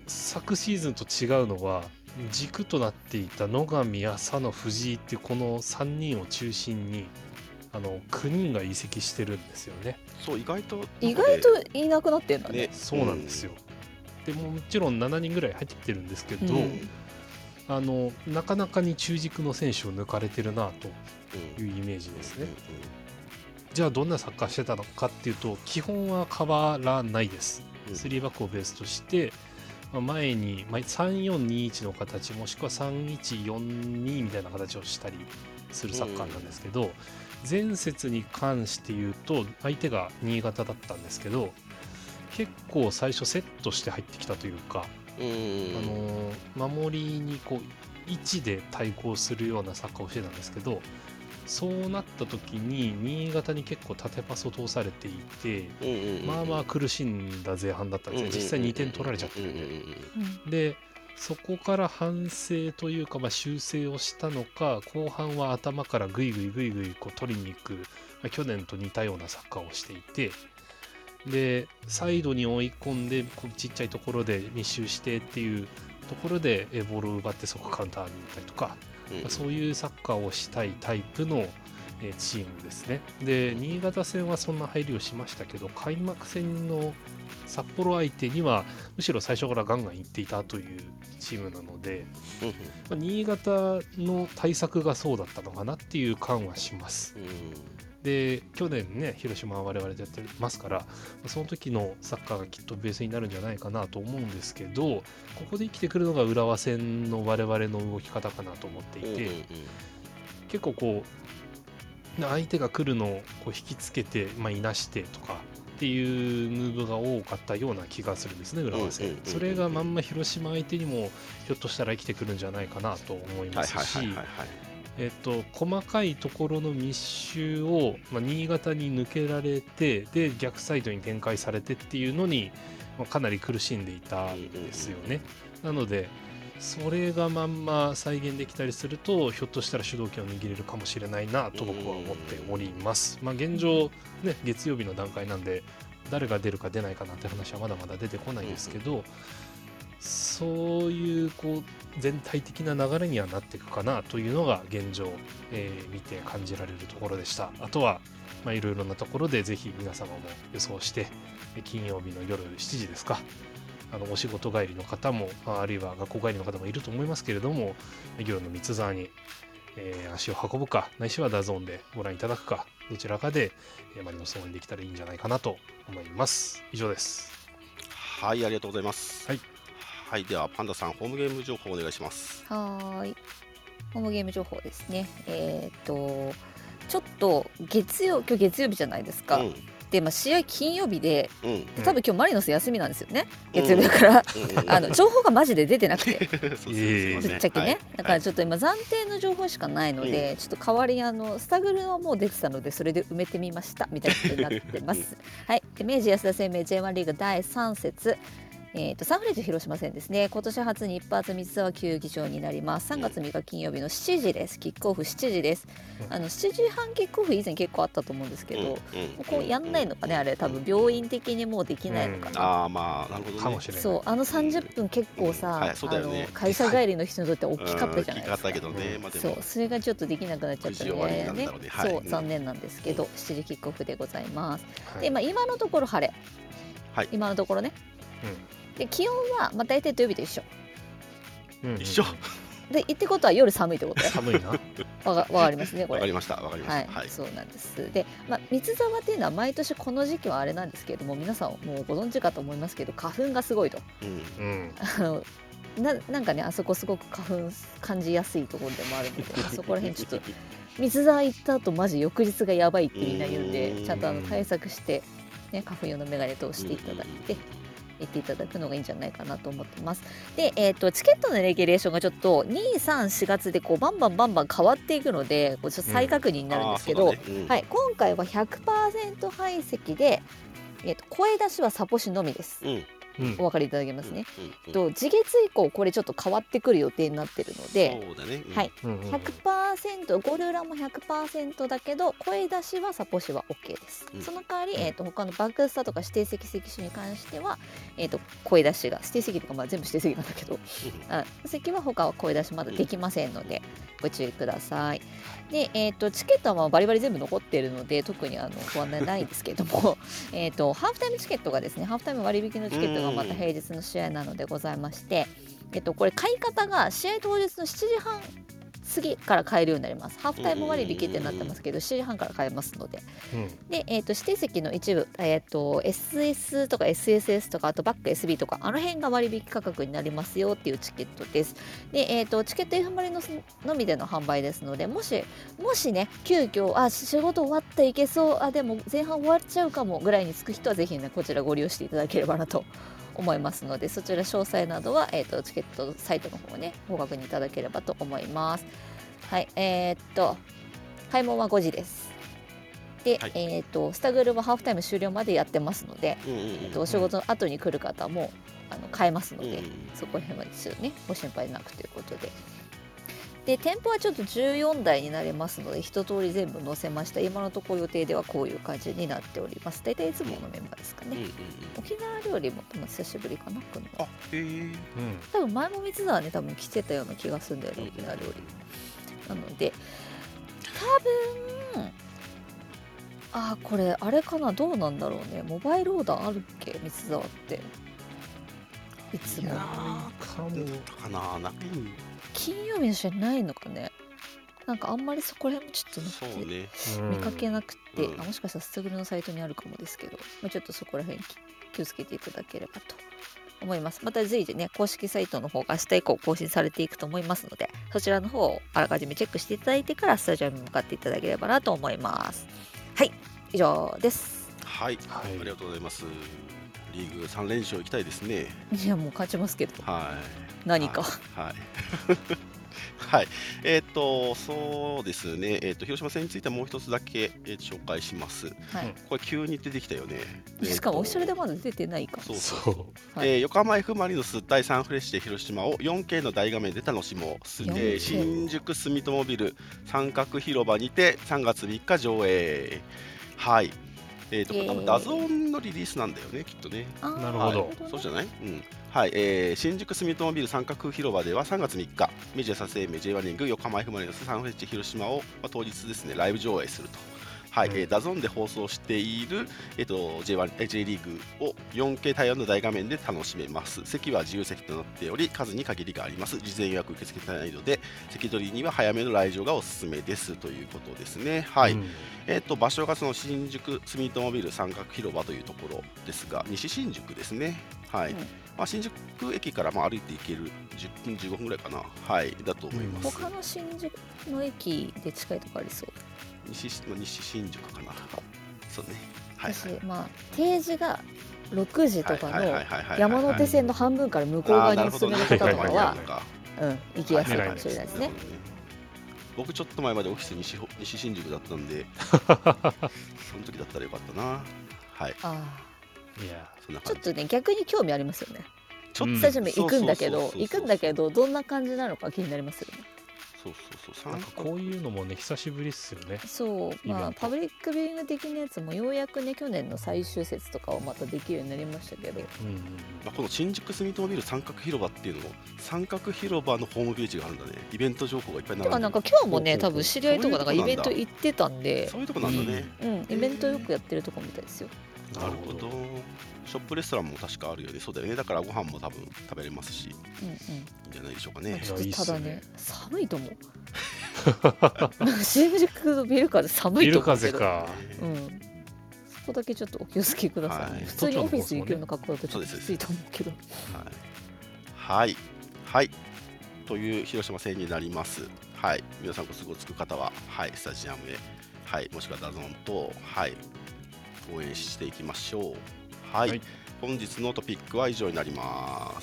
昨シーズンと違うのは軸となっていた野上、浅野、藤井っていうこのさんにんを中心にあのきゅうにんが移籍してるんですよね。 そう意外と意外といなくなってんだね。 ねそうなんですよ。でももちろんしちにんぐらい入ってきてるんですけど、 うん、 あのなかなかに中軸の選手を抜かれてるなというイメージですね。うんうんうん、じゃあどんなサッカーしてたのかっていうと基本は変わらないです。スリーバックをベースとして前にさんよんにいちの形もしくはさんいちよんにみたいな形をしたりするサッカーなんですけど、前節に関して言うと相手が新潟だったんですけど結構最初セットして入ってきたというか、あの守りにこう位置で対抗するようなサッカーをしてたんですけど、そうなった時に新潟に結構縦パスを通されていて、まあまあ苦しんだ前半だったんですね。実際にてん取られちゃってるんで、でそこから反省というか、まあ、修正をしたのか後半は頭からグイグイグイグイこう取りに行く、まあ、去年と似たようなサッカーをしていて、でサイドに追い込んでこうちっちゃいところで密集してっていうところでボールを奪って即カウンターに行ったりとか、まあ、そういうサッカーをしたいタイプのチームですね。で新潟戦はそんな入りをしましたけど開幕戦の札幌相手にはむしろ最初からガンガン行っていたというチームなので、まあ、新潟の対策がそうだったのかなっていう感はします。で去年ね広島は我々でやってますからその時のサッカーがきっとベースになるんじゃないかなと思うんですけど、ここで生きてくるのが浦和戦の我々の動き方かなと思っていて、結構こう相手が来るのをこう引きつけて、まあ、いなしてとかっていうムーブが多かったような気がするんですね浦和戦。それがまんま広島相手にもひょっとしたら生きてくるんじゃないかなと思いますし、えっと、細かいところの密集を、まあ、新潟に抜けられてで逆サイドに展開されてっていうのに、まあ、かなり苦しんでいたんですよね。なのでそれがまんま再現できたりするとひょっとしたら主導権を握れるかもしれないなと僕は思っております。まあ、現状、ね、月曜日の段階なんで誰が出るか出ないかなんて話はまだまだ出てこないですけど、そういうこう全体的な流れにはなっていくかなというのが現状、えー、見て感じられるところでした。あとはいろいろなところでぜひ皆様も予想して金曜日の夜しちじですか、あのお仕事帰りの方もあるいは学校帰りの方もいると思いますけれども、夜の三ツ沢に、えー、足を運ぶかないしはダゾーンでご覧いただくかどちらかで、えー、マリノス応援できたらいいんじゃないかなと思います。以上です。 はい、ありがとうございます。 はいはい、ではパンダさんホームゲーム情報お願いします。 はい、ホームゲーム情報ですね。えっ、ー、とちょっと月曜今日月曜日じゃないですか。うん、で、まあ、試合金曜日で、うん、多分今日マリノス休みなんですよね、うん、月曜日だから、うん、あの情報がマジで出てなくてぶっちゃけね、はい、だからちょっと今暫定の情報しかないので、うん、ちょっと代わりにあのスタグルはもう出てたのでそれで埋めてみましたみたいなことになってます、はい、で明治安田生命 ジェイワン リーグだいさん節、えー、とサンフレッチェ広島戦ですね。今年初に一発三ツ沢球技場になります。さんがつみっか金曜日のしちじです。キックオフしちじです。あのしちじはんキックオフ以前結構あったと思うんですけど、うんうん、こうやんないのかね、あれ多分病院的にもうできないのかな、うん、 ああまあなるほどね、 かもしれない。 そうあのさんじゅっぷん結構さ、うんはいそうだよね、あの会社帰りの人にとって大きかったじゃないですか、うんねまあ、そうそれがちょっとできなくなっちゃったので、ねねはい、そう残念なんですけど、うん、しちじキックオフでございます、はい、で、まあ、今のところ晴れ、はい、今のところね、うんで気温はまあ大体土曜日と一緒、 うん、一緒で言ってことは夜寒いってことね。 寒いな。 わかわかりますねこれ。 わかりましたわかりました。 はい、はい、そうなんです。で、まあ三ツ沢っていうのは毎年この時期はあれなんですけれども、皆さんもうご存知かと思いますけど花粉がすごいと。うん、あのななんかねあそこすごく花粉感じやすいところでもあるので、そこら辺ちょっと三ツ沢行った後マジ翌日がやばいってみんな言うんで、ちゃんとあの対策してね花粉用のメガネ通していただいて。行っていただくのがいいんじゃないかなと思ってます。で、えーと、チケットのレギュレーションがちょっとに、さん、しがつでこうバンバンバンバン変わっていくのでこうちょっと再確認になるんですけど、うんねうんはい、今回は ひゃくパーセント 配席で、えーと、声出しはサポシのみです。うんお分かりいただけますね。 うんうんうん、 と次月以降これちょっと変わってくる予定になってるので、 そうだね、うん、 はい、 うんうんうん、 ひゃくパーセント ゴルラも ひゃくパーセント だけど声出しはサポシは OK です、 うん、 その代わり、 うん、 えー、と他のバックスターとか指定席席種に関しては、えー、と声出しが指定席とかまあ全部指定席なんだけどあ席は他は声出しまだできませんのでご注意ください。で、えー、とチケットはまあバリバリ全部残っているので特にあの不安はないですけれどもえとハーフタイムチケットがですねハーフタイム割引のチケットがまた平日の試合なのでございまして、えっと、これ買い方が試合当日のしちじはん過ぎから買えるようになります。ハーフタイム割引ってなってますけどしちじはんから買えますので、うん、で、えー、と指定席の一部、えー、と エスエス とか エスエスエス とかあとバック エスビー とかあの辺が割引価格になりますよっていうチケットです。で、えー、とチケット F マリののみでの販売ですので、もしもしね急遽あ仕事終わったいけそうあでも前半終わっちゃうかもぐらいにつく人はぜひねこちらご利用していただければなと思いますので、そちら詳細などは、えー、とチケットサイトの方をねご確認いただければと思います。はい、えー、っと開門はごじです。で、はい、えー、っとスタグルはハーフタイム終了までやってますので、うんうんうん、えー、っとお仕事の後に来る方もあの買えますので、うんうん、そこら辺はですよねご心配なくということで。で店舗はちょっとじゅうよんだいになりますので一通り全部載せました。今のところ予定ではこういう感じになっております。大体いつものメンバーですかね、うんうんうん、沖縄料理も久しぶりかなこのあへえ多分前も三沢ね多分来てたような気がするんだよね、沖縄料理なので多分あこれあれかなどうなんだろうねモバイルオーダーあるっけ三沢っていつもかもかなな金曜日の試合ないのかねなんかあんまりそこら辺もちょっとそう、ね、 見かけなくて、 うん、 あもしかしたらスタグルのサイトにあるかもですけど、まあ、ちょっとそこら辺気をつけていただければと思います。また随時ね公式サイトの方が明日以降更新されていくと思いますのでそちらの方をあらかじめチェックしていただいてからスタジアムに向かっていただければなと思います。はい以上です。 はい、はい、ありがとうございます。リーグさん連勝いきたいですね。 いやもう勝ちますけど、 はい、 何かはい、はいはい、えっ、ー、とそうですね、えーと、広島戦についてはもう一つだけ、えー、紹介します、はい、これ急に出てきたよね。 しかもオフィシャルでまだ出てないか。 そうそうそう、はい、えー、横浜 F マリノス対サンフレッシュで広島を よんケー の大画面で楽しもう、えー、新宿住友ビル三角広場にてさんがつみっか上映。はい、えーと、これ多分ダゾーンのリリースなんだよねきっとね。 なるほど、 はい、そうじゃない、うんはい、えー、新宿住友ビル三角広場ではさんがつみっかメジャー撮影名 ジェイワン リーグ横浜 F マリノスサンフレッチェ広島を、まあ、当日ですねライブ上映すると。はい、うん、えー、ダゾーンで放送している、えー、と ジェイワン、J リーグを よんケー 対応の大画面で楽しめます。席は自由席となっており数に限りがあります。事前予約受け付けてないので席取りには早めの来場がおすすめですということですね。はい、うん、えー、と場所がその新宿住友ビル三角広場というところですが西新宿ですね。はい、うん、まあ、新宿駅からまあ歩いて行けるじゅっぷんじゅうごふんぐらいかな、はい、だと思います。 他の新宿の駅で近いところありそう。 西, 西新宿かな。そうね、 はい、私、まあ、定時がろくじとかの山手線の半分から向こう側に進める方とかは行きやすいかもしれないですね。 僕ちょっと前までオフィス 西, 西新宿だったんでその時だったらよかったな。はい、あいやそんな感じ。ちょっとね逆に興味ありますよね。ちょっとスタジアム行くんだけど行くんだけどどんな感じなのか気になりますよね。 そうそうそう、 なんかこういうのもね久しぶりっすよね。 そうまあパブリックビューイング的なやつもようやくね去年の最終節とかをまたできるようになりましたけど、うんうん、 まあ、この新宿住友ビル三角広場っていうのも三角広場のホームページがあるんだね。イベント情報がいっぱい並んでる。 あなんか今日もね多分知り合いとかなんかイベント行ってたんで、 そういうとこなんだね。 うん、うん、イベントよくやってるとこみたいですよ。 なるほど。ショップレストランも確かあるよね。そうだよね。だからご飯も多分食べれますし、うんうん、いいんじゃないでしょうかね。 ちょっとただね寒いと思う。新宿のビル風寒いと思うけど。ビル風か。うん。そこだけちょっとお気をつけください、ね。はい、普通にオフィス行くような格好だとちょっときついと思うけど。 はい、はい、はい、という広島戦になります。はい、皆さんご都合つく方は、はい、スタジアムへ、はい、もしくはダゾーンと、はい、応援していきましょう。はい、はい、本日のトピックは以上になります。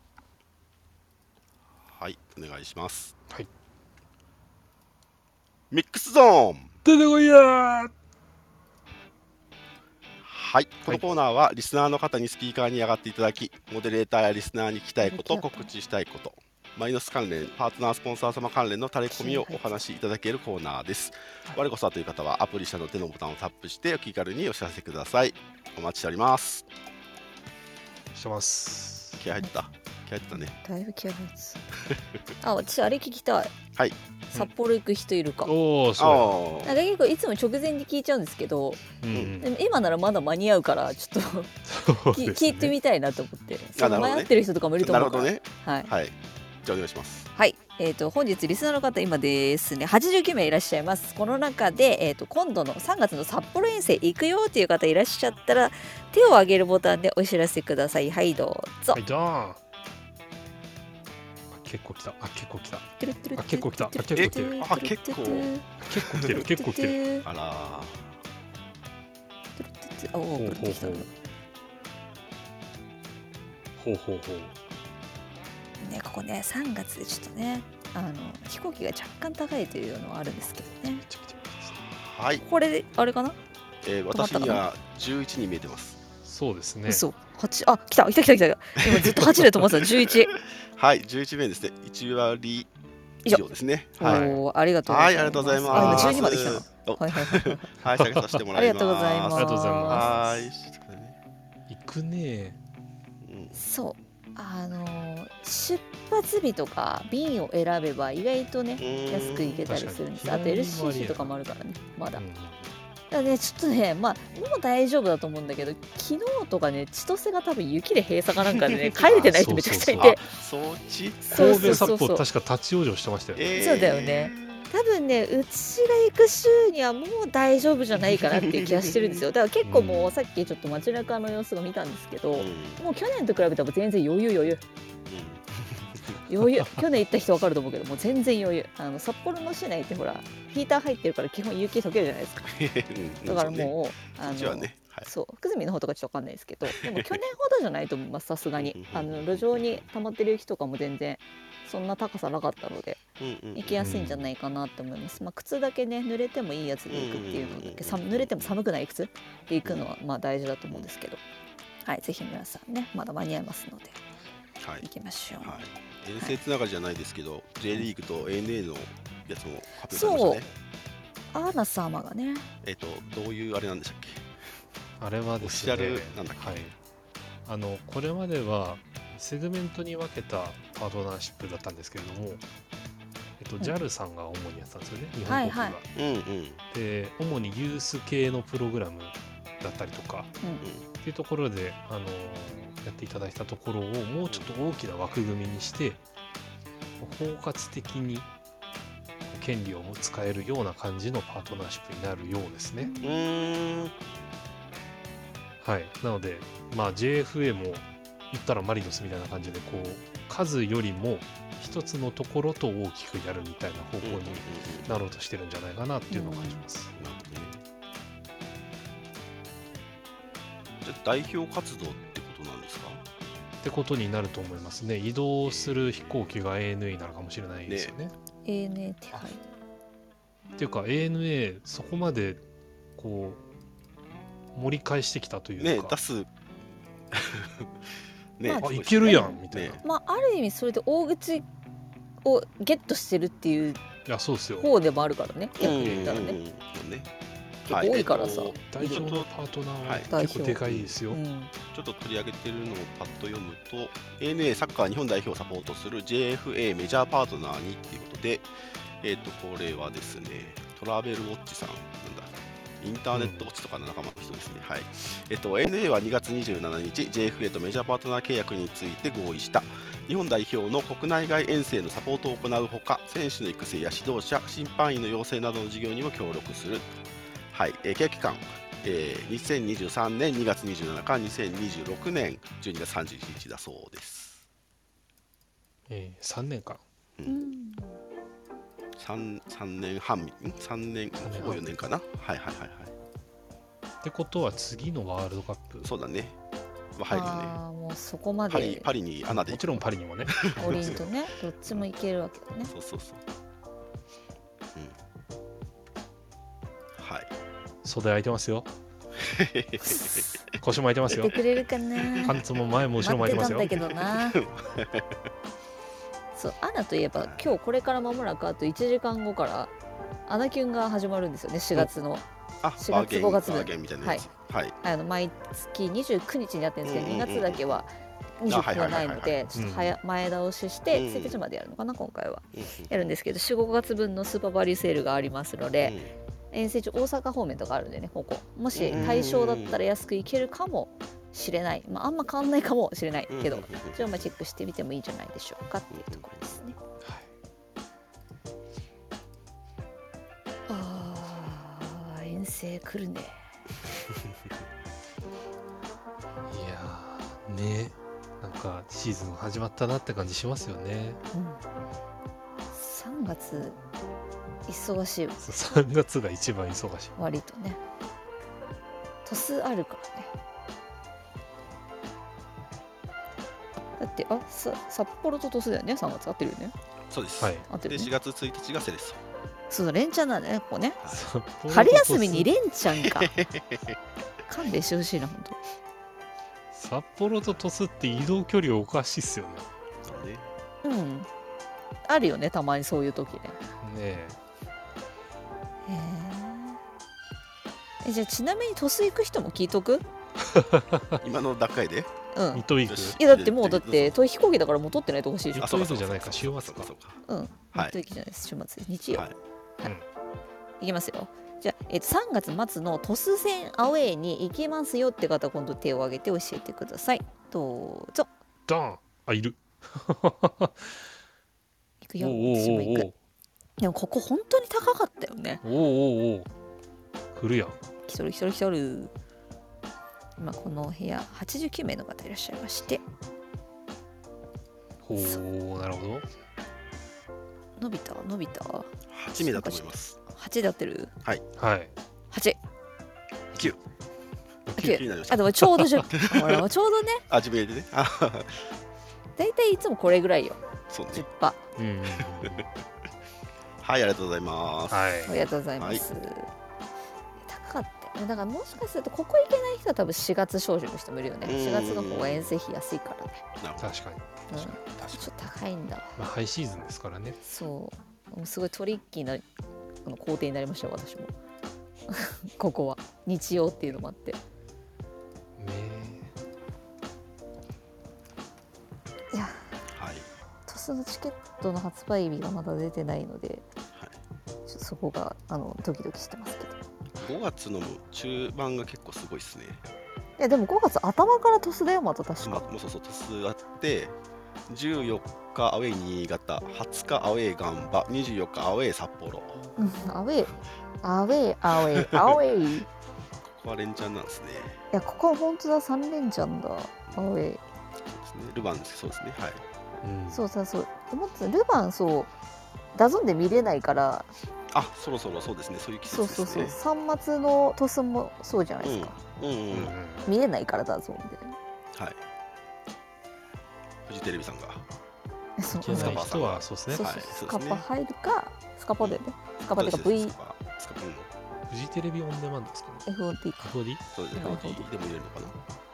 はい、お願いします。 はい。 ミックスゾーン。 出てこいやー。 はい、このコーナーはリスナーの方にスピーカーに上がっていただき、モデレーターやリスナーに聞きたいこと、告知したいこと、マイナス関連、パートナースポンサー様関連のタレコミをお話しいただけるコーナーです。我こそはという方はアプリ下の手のボタンをタップしてお気軽にお知らせください。お待ちしております。 してます。 気合入った。気合入ったね。 だいぶ気合入ってた。あ、私あれ聞きたい。 はい。 札幌行く人いるか。 おお、そう。なんか結構いつも直前に聞いちゃうんですけど、うん、でも今ならまだ間に合うからちょっと、ね、聞いてみたいなと思って。その迷ってる人とかもいると思うから。 なるほどね。 はい。 はい。じゃあお願いします。 はい、えーと、本日リスナーの方今ですねはちじゅうきゅうめいいらっしゃいます。この中で、えーと、今度のさんがつの札幌遠征行くよっていう方いらっしゃったら手を挙げるボタンでお知らせください。はいどうぞ。 はいどーん。結構来た。あ結構来た。あ結構来た。あ結構来てる。 あ結構結構来てる。結構来てる。 あらー。おおほうほうほう。 ほうほうほう。 ね、ここねさんがつでちょっとねあの飛行機が若干高いというのはあるんですけどね。 はい。 これあれかな？ えー、私にはじゅういちに見えてます。 そうですね。 嘘。はちあ来た来た来た来た。今ずっとはちで止まってたじゅういち。 はいじゅういちめいですね。いちわり以上ですね。 はい。おありがとうございます。はいありがとうございます。 あ今じゅうにまで来たな。はいはいはい。 はい下げさせてもらいます。 ありがとうございます。 ありがとうございます。 はい。 行くね。 うん、そう。あのー、出発日とか便を選べば意外とね安く行けたりするんです。あと エルシーシー とかもあるからねまだ。うん、だからねちょっとねまあもう大丈夫だと思うんだけど昨日とかね千歳が多分雪で閉鎖かなんかでね帰れてない人めちゃくちゃいて。 そっち。 神戸札幌確か立ち往生してましたよね。 えー、そうだよね。多分ねうちが行く週にはもう大丈夫じゃないかなっていう気がしてるんですよ。だから結構もうさっきちょっと街中の様子を見たんですけど、うん、もう去年と比べたら全然余裕余裕、うん、余裕去年行った人分かると思うけどもう全然余裕。あの札幌の市内ってほらヒーター入ってるから基本雪溶けるじゃないですか。だからもう、あのそう久住の方とかちょっと分かんないですけどでも去年ほどじゃないと思いますさすがに。あの路上に溜まってる雪とかも全然そんな高さなかったので行きやすいんじゃないかなと思います。まあ、靴だけね濡れてもいいやつで行くっていうのだけ濡れても寒くない靴で行くのはまあ大事だと思うんですけど、はい、ぜひ皆さんねまだ間に合いますので、はい、行きましょう。はい、 遠征つながりじゃないですけど、はい、J リーグと エーエヌエー のやつも発表されましたね。 そうアーナ様がねえっとどういうあれなんでしたっけ。 あれはですねオフィシャルなんだっけ、はい、 あのこれまではセグメントに分けたパートナーシップだったんですけれども、えっと、ジャル さんが主にやってたんですよね、うん、日本国が、はいはい、で主にユース系のプログラムだったりとか、うん、っていうところで、あのー、やっていただいたところをもうちょっと大きな枠組みにして包括的に権利を使えるような感じのパートナーシップになるようですね。うーん、はい、なので、まあ、ジェイエフエー も言ったらマリノスみたいな感じでこう数よりも一つのところと大きくやるみたいな方向になろうとしてるんじゃないかなっていうのを感じます。 じゃあ代表活動ってことなんですか？ ってことになると思いますね。移動する飛行機が エーエヌエー になるかもしれないですよね。 エーエヌエー ってはい。 っていうか エーエヌエー そこまでこう盛り返してきたというか。 ね出すね、まあ、いけるやんみたいな、ね、 まあある意味それで大口をゲットしてるっていう方でもあるからね、逆に言ったらね、結構多いからさ、 代表のパートナーは結構でかいですよ、うん、 ちょっと取り上げてるのをパッと読むと エーエヌエー サッカー日本代表をサポートする ジェイエフエー メジャーパートナーにっていうことで、えーとこれはですねトラベルウォッチさんなんだインターネットウォッチとかの仲間の人ですね。うん、はい。えっと、エーエヌエー はにがつにじゅうしちにち、ジェイエフエー とメジャーパートナー契約について合意した。日本代表の国内外遠征のサポートを行うほか、選手の育成や指導者、審判員の養成などの事業にも協力する。はい。えー、契約期間、えー、にせんにじゅうさんねんにがつにじゅうしちにちからにせんにじゅうろくねんじゅうにがつさんじゅういちにちだそうです。 えー、さんねんかん。うん。 3, 3年半、ん ?さん 年、ほぼよねんかな。はいはいはいはい。 ってことは次のワールドカップそうだね。まあ、入るよね。 ああ、もうそこまで。 パリ、パリに穴で。 もちろんパリにもね。 オリンとね、どっちも行けるわけだね。 そうそうそう。 袖開いてますよ。腰も開いてますよ。 言ってくれるかな。 パンツも前も後ろも開いてますよ。 待ってたんだけどな。そう、アナといえば今日これから間もなくあといちじかんごからアナキュンが始まるんですよね。しがつのあ、 しがつごがつ分、 みたいなやつ。はい。 あの毎月にじゅうくにちにやってるんですけど、にがつだけはにじゅうくがないので、ちょっと早前倒ししてついたちまでやるのかな、今回はやるんですけど、よん、ごがつぶんのスーパーバリューセールがありますので、遠征中大阪方面とかあるんでね、ここもし対象だったら安くいけるかもしれない、まあ、あんま変わんないかもしれないけど、じゃあまあチェックしてみてもいいんじゃないでしょうかっていうところですね。あー、遠征来るね。 いやーね、なんかシーズン始まったなって感じしますよね。 うん、さんがつ忙しい。 さんがつが一番忙しい。 割とね。鳥栖あるからね。だってあさ札幌と鳥栖だよね。さんがつ合ってるよね。 そうです。 はい。 合ってる、ね。 でしがつついたちがセレッソ。 そうだ、連チャンなんだね、ここね。春休みに連チャンか。勘弁してほしいな、本当。 札幌と鳥栖って移動距離おかしいっすよね。 うん。あるよね、たまにそういう時ね。ねえ。 へえ。じゃあちなみに鳥栖行く人も聞いとく？ 今の段階で？ うん。 水戸行く？ いやだってもうだって飛行機だからもう取ってないとおかしいでしょ。 水戸行くじゃないか、週末か。 うん。水戸行きじゃないです、週末日曜。はい。いきますよ。じゃあ、えっと、さんがつ末の鳥栖戦アウェーに行きますよって方、今度手を挙げて教えてください。どうぞ。 ドン。あ、いる。 行くよ。私も行く。でもここ本当に高かったよね。 おおおお。来るやん。 来とる来とる来とる。今この部屋はちじゅうきゅうめいの方いらっしゃいまして。 ほう、なるほど。 伸びた伸びた。はちめいだと思います。 はちで合ってる？ はい。 はい。 はち。 きゅう。 きゅう。あ、でもちょうどじゃ。ほらちょうどね。 あ、自分でね。 だいたいいつもこれぐらいよ。 そうね。 じゅっパーセント。 うん。 はい、ありがとうございます。 はい。 ありがとうございます。高かったよ。だからもしかするとここ行けない人は多分しがつ招集の人もいるよね。しがつの方が遠征費安いからね。 確かに。 うん、ちょっと高いんだわ。 まあハイシーズンですからね。 そう。もうすごいトリッキーなあの工程になりましたよ、私も。ここは日曜っていうのもあって。ねえ。いや。 はい。 鳥栖のチケットの発売日がまだ出てないので、はい、ちょっとそこがあのドキドキしてますけど。ごがつの中盤が結構すごいですね。 いやでもごがつ頭から鳥栖だよ、また確か。 まあ、もうそうそう、鳥栖あって、じゅうよっかアウェイ新潟、はつかアウェイガンバ、にじゅうよっかアウェイ札幌。 うん、アウェイ、アウェイ、アウェイ、アウェイ。ここは連チャンなんですね。 いや、ここは本当だ、さん連チャンだ、アウェイ。そうですね、 ルヴァンです、そうですね、はい。 うん、そうそうそう、思ってた、ルヴァン、そう、ダゾンで見れないから。 あ、そろそろそうですね、そういう季節ですね。 そうそうそう、さんがつの鳥栖もそうじゃないですか。うん、うん、うん、見れないから、ダゾンで。 はい。フジテレビさんが。 そう、スカパーさんはそうですね。 そうそう、スカパ入るか、スカパでね。スカパでか V。 フジテレビオンデマンドですかね。 エフオーディー か。 エフオーディー？ そうですね。エフオーディー でも入れるのかな。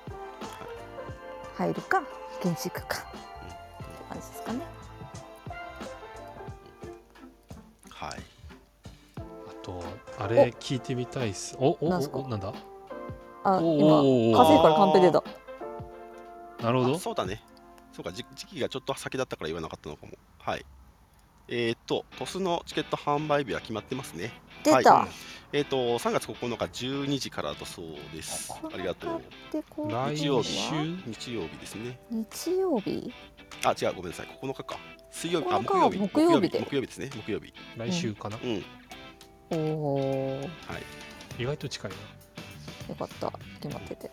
入るか、建築か。って感じですかね。 はい。 あと、あれ聞いてみたいっす。お、お、お、なんだ。 あ、今、火星からカンペ出た。 なるほど。 そうだね。そうか、時期がちょっと先だったから言わなかったのかも。はい。えっと、鳥栖のチケット販売日は決まってますね。 出た。 はい、えっと、さんがつここのかじゅうにじからだそうです。ありがとう。日曜日。日曜日ですね。 日曜日？ あ、違う、ごめんなさい。ここのかか。水曜日、あ、 木曜日。木曜日で。 木曜日ですね。木曜日。 来週かな。 うん。 おお。 はい。 意外と近いな。 よかった。決まってて。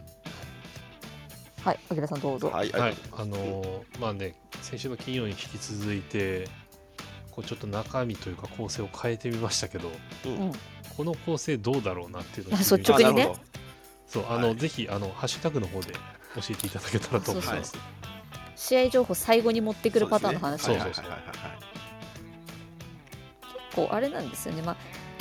はい、あきらさんどうぞ。 はい、はい、あのー、まあね、先週の金曜に引き続いて、こうちょっと中身というか構成を変えてみましたけど、うん、この構成どうだろうなっていうのを率直にね。 そう、あの、はい、ぜひあのハッシュタグの方で教えていただけたらと思います。 試合情報最後に持ってくるパターンの話。 そうそうそう。 結構あれなんですよね。まあ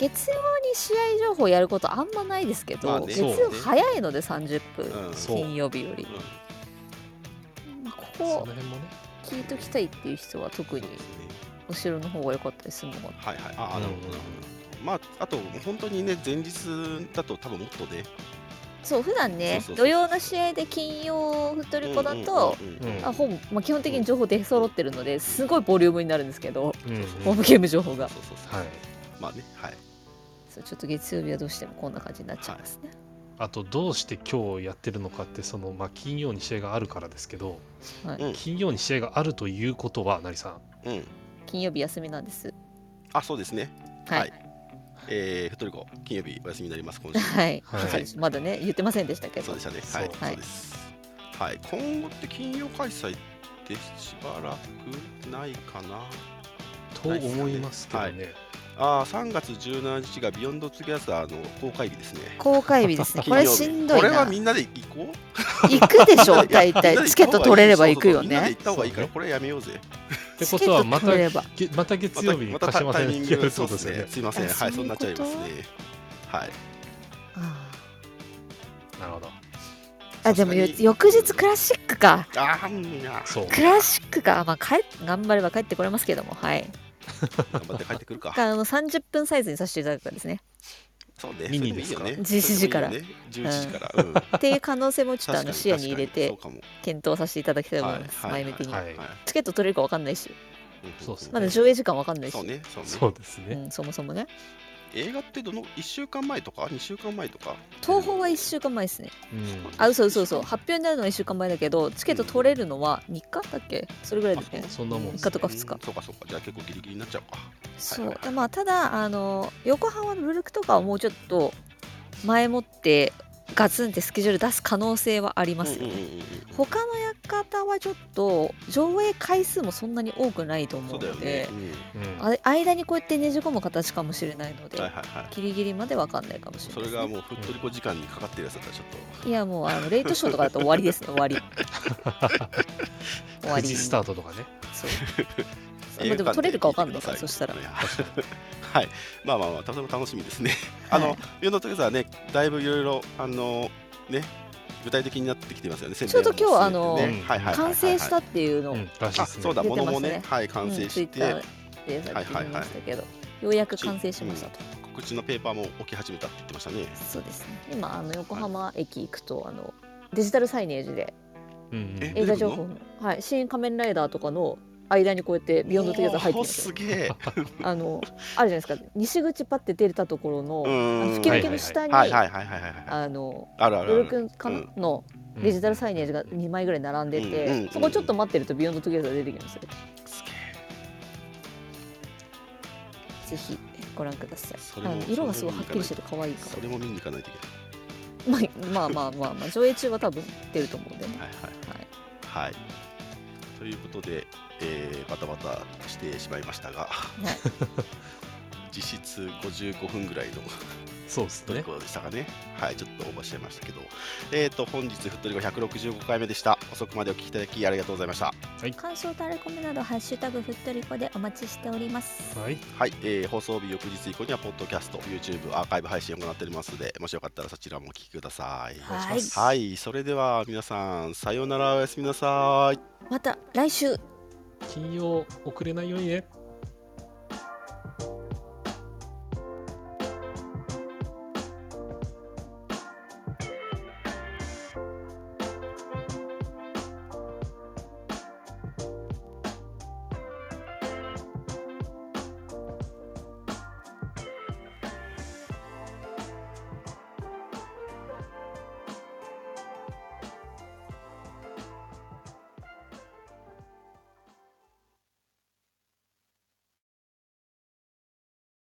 月曜に試合情報やることあんまないですけど、 まあね月曜早いのでさんじゅっぷん、 うん金曜日より、まあ、こそのこ辺もね。 聞いときたいっていう人は特に後ろの方が良かったりするのかな。 はいはい。ああ、なるほど、 うんなるほど。まあ、あと、本当にね、前日だと多分もっとね。 そう普段ねそうそうそうそう土曜の試合で金曜フットリコだと、 うんうんうんうんうんあほぼまあ、基本的に情報出揃ってるのですごいボリュームになるんですけど、 うんうんホームゲーム情報がそうそうそう。 はい。 まあね、はい。 そうちょっと月曜日はどうしてもこんな感じになっちゃいますね。 あとどうして今日やってるのかってその、まあ、金曜に試合があるからですけど、 はいうん金曜に試合があるということは成さん、 うん。 金曜日休みなんです。 あ、そうですね。 はい、 はいえー、フットリコ、金曜日お休みになります、今週。 はいはいそうですまだね言ってませんでしたけど。 そうでしたね。 そうはい、 はいそうです。はい、今後って金曜開催ってしばらくないかな。 と思いますけどね。 ああ、さんがつじゅうしちにちがビヨンドツギャザーの公開日ですね。 公開日ですね。これしんどいこれはな。 みんなで行こう。 行くでしょ大みんなで行った方がいい体チケット取れれば行くよそうそうみんなでね。 行った方がいいから、 そうねこれやめようぜ。 ってことはまたチケット取れればげまた月曜日にまた貸しませんタイミングってそうでね。 ことですすよね。 すいません。 あはい、 そういうことそうなっちゃいますね。はい。 あなるほど。 ああでもよさすがに翌日クラシックか。 ああ、うんいやそう。 クラシックか。まあ帰頑張れば帰ってこれますけども、はい。 頑張って帰ってくるか。 あのさんじゅっぷんサイズにさせていただくからですね。 そうね。 ミニですかそれもいいよねじゅういちじからそれもいいよねじゅういちじから。うんっていう可能性もちょっとあの確か視野に入れて確かにそうか検討させていただきたいと思います。 はいはい前向きに、 はいもはいチケット取れるかわかんないし、 うんそうっすねまだ上映時間わかんないし、 そうね、そうね。 そうですね。 うん、そもそもね。 映画ってどのいっしゅうかんまえとかにしゅうかんまえとか。 東宝はいっしゅうかんまえですね。 うん。 あ、嘘嘘嘘。発表になるのはいっしゅうかんまえだけど、チケット取れるのはみっかだっけ？それぐらいですね。 そんなもんみっかとかふつかうん。そうかそうか。じゃあ結構ギリギリになっちゃうか。 そう、 はいはいはいまあただあの横浜のブルクとかはもうちょっと前もってガツンってスケジュール出す可能性はありますよね。 うんうんうんうん他の館はちょっと上映回数もそんなに多くないと思そううだよのでね。、うんうんあ間にこうやってねじ込む形かもしれないので、 はいはいはい。 ギリギリまでわかんないかもしれないです、ね。 それがもうふっとりこ時間にかかってるやつだったらちょっと。 いやもうあのレイトショーとかだと終わりです終わり終わりくじスタートとかね。 そうまあでも取れるかわかんないからそしたらはい、まあまあまあ、とても楽しみですね。あの、ビヨンドトゥゲザーね、だいぶいろいろ、あの、ね、具体的になってきてますよね。 ちょうど今日あの宣伝もねはいはいはいはい完成したっていうのを、 うん。らしいあ、 ですね。 そうだ、 出ものもねてますね、 はい、完成ツイッタして、 ーでさっき言いましたけど、ようやく完成しましたと。 告知のペーパーも置き始めたって言ってましたね。 そうですね。今あの横浜駅行くと、あのデジタルサイネージでうんうんえ映画情報の、はい、新仮面ライダーとかの間にこうやってビヨンドトゥゲザー入ってるんですよ。 おーすげえ。 あのあるじゃないですか。西口パッて出れたところの、 うんあの吹き抜けの下に、 はいはいはいはいはいはい。 あのあるあるある。 ブルクンかな、 うんのデジタルサイネージがにまいぐらい並んでて、 うんうんそこちょっと待ってるとビヨンドトゥゲザー出てきますよ。 すげえ。 ぜひご覧ください。 それもあの色がすごいはっきりしてて可愛いかそれも見に行かないといけら。まあまあまあまあまあ上映中は多分出ると思うんでね。 ない。はいはい。 はい。はい。ということで、えー、バタバタしてしまいましたが、 はい実質ごじゅうごふんぐらいのそうですね。 ところでしたかね。はい、ちょっとオーバーしちゃいましたけど、えーと、本日、フットリコひゃくろくじゅうごかいめでした。遅くまでお聞きいただきありがとうございました。 感想タレコメなどハッシュタグフットリコでお待ちしております。 はい。 はい、えー放送日翌日以降には、ポッドキャスト、YouTube、アーカイブ配信を行っておりますので、もしよかったらそちらもお聞きください。 はいはい、それでは皆さん、さようなら、おやすみなさい。 また来週。 金曜遅れないようにね。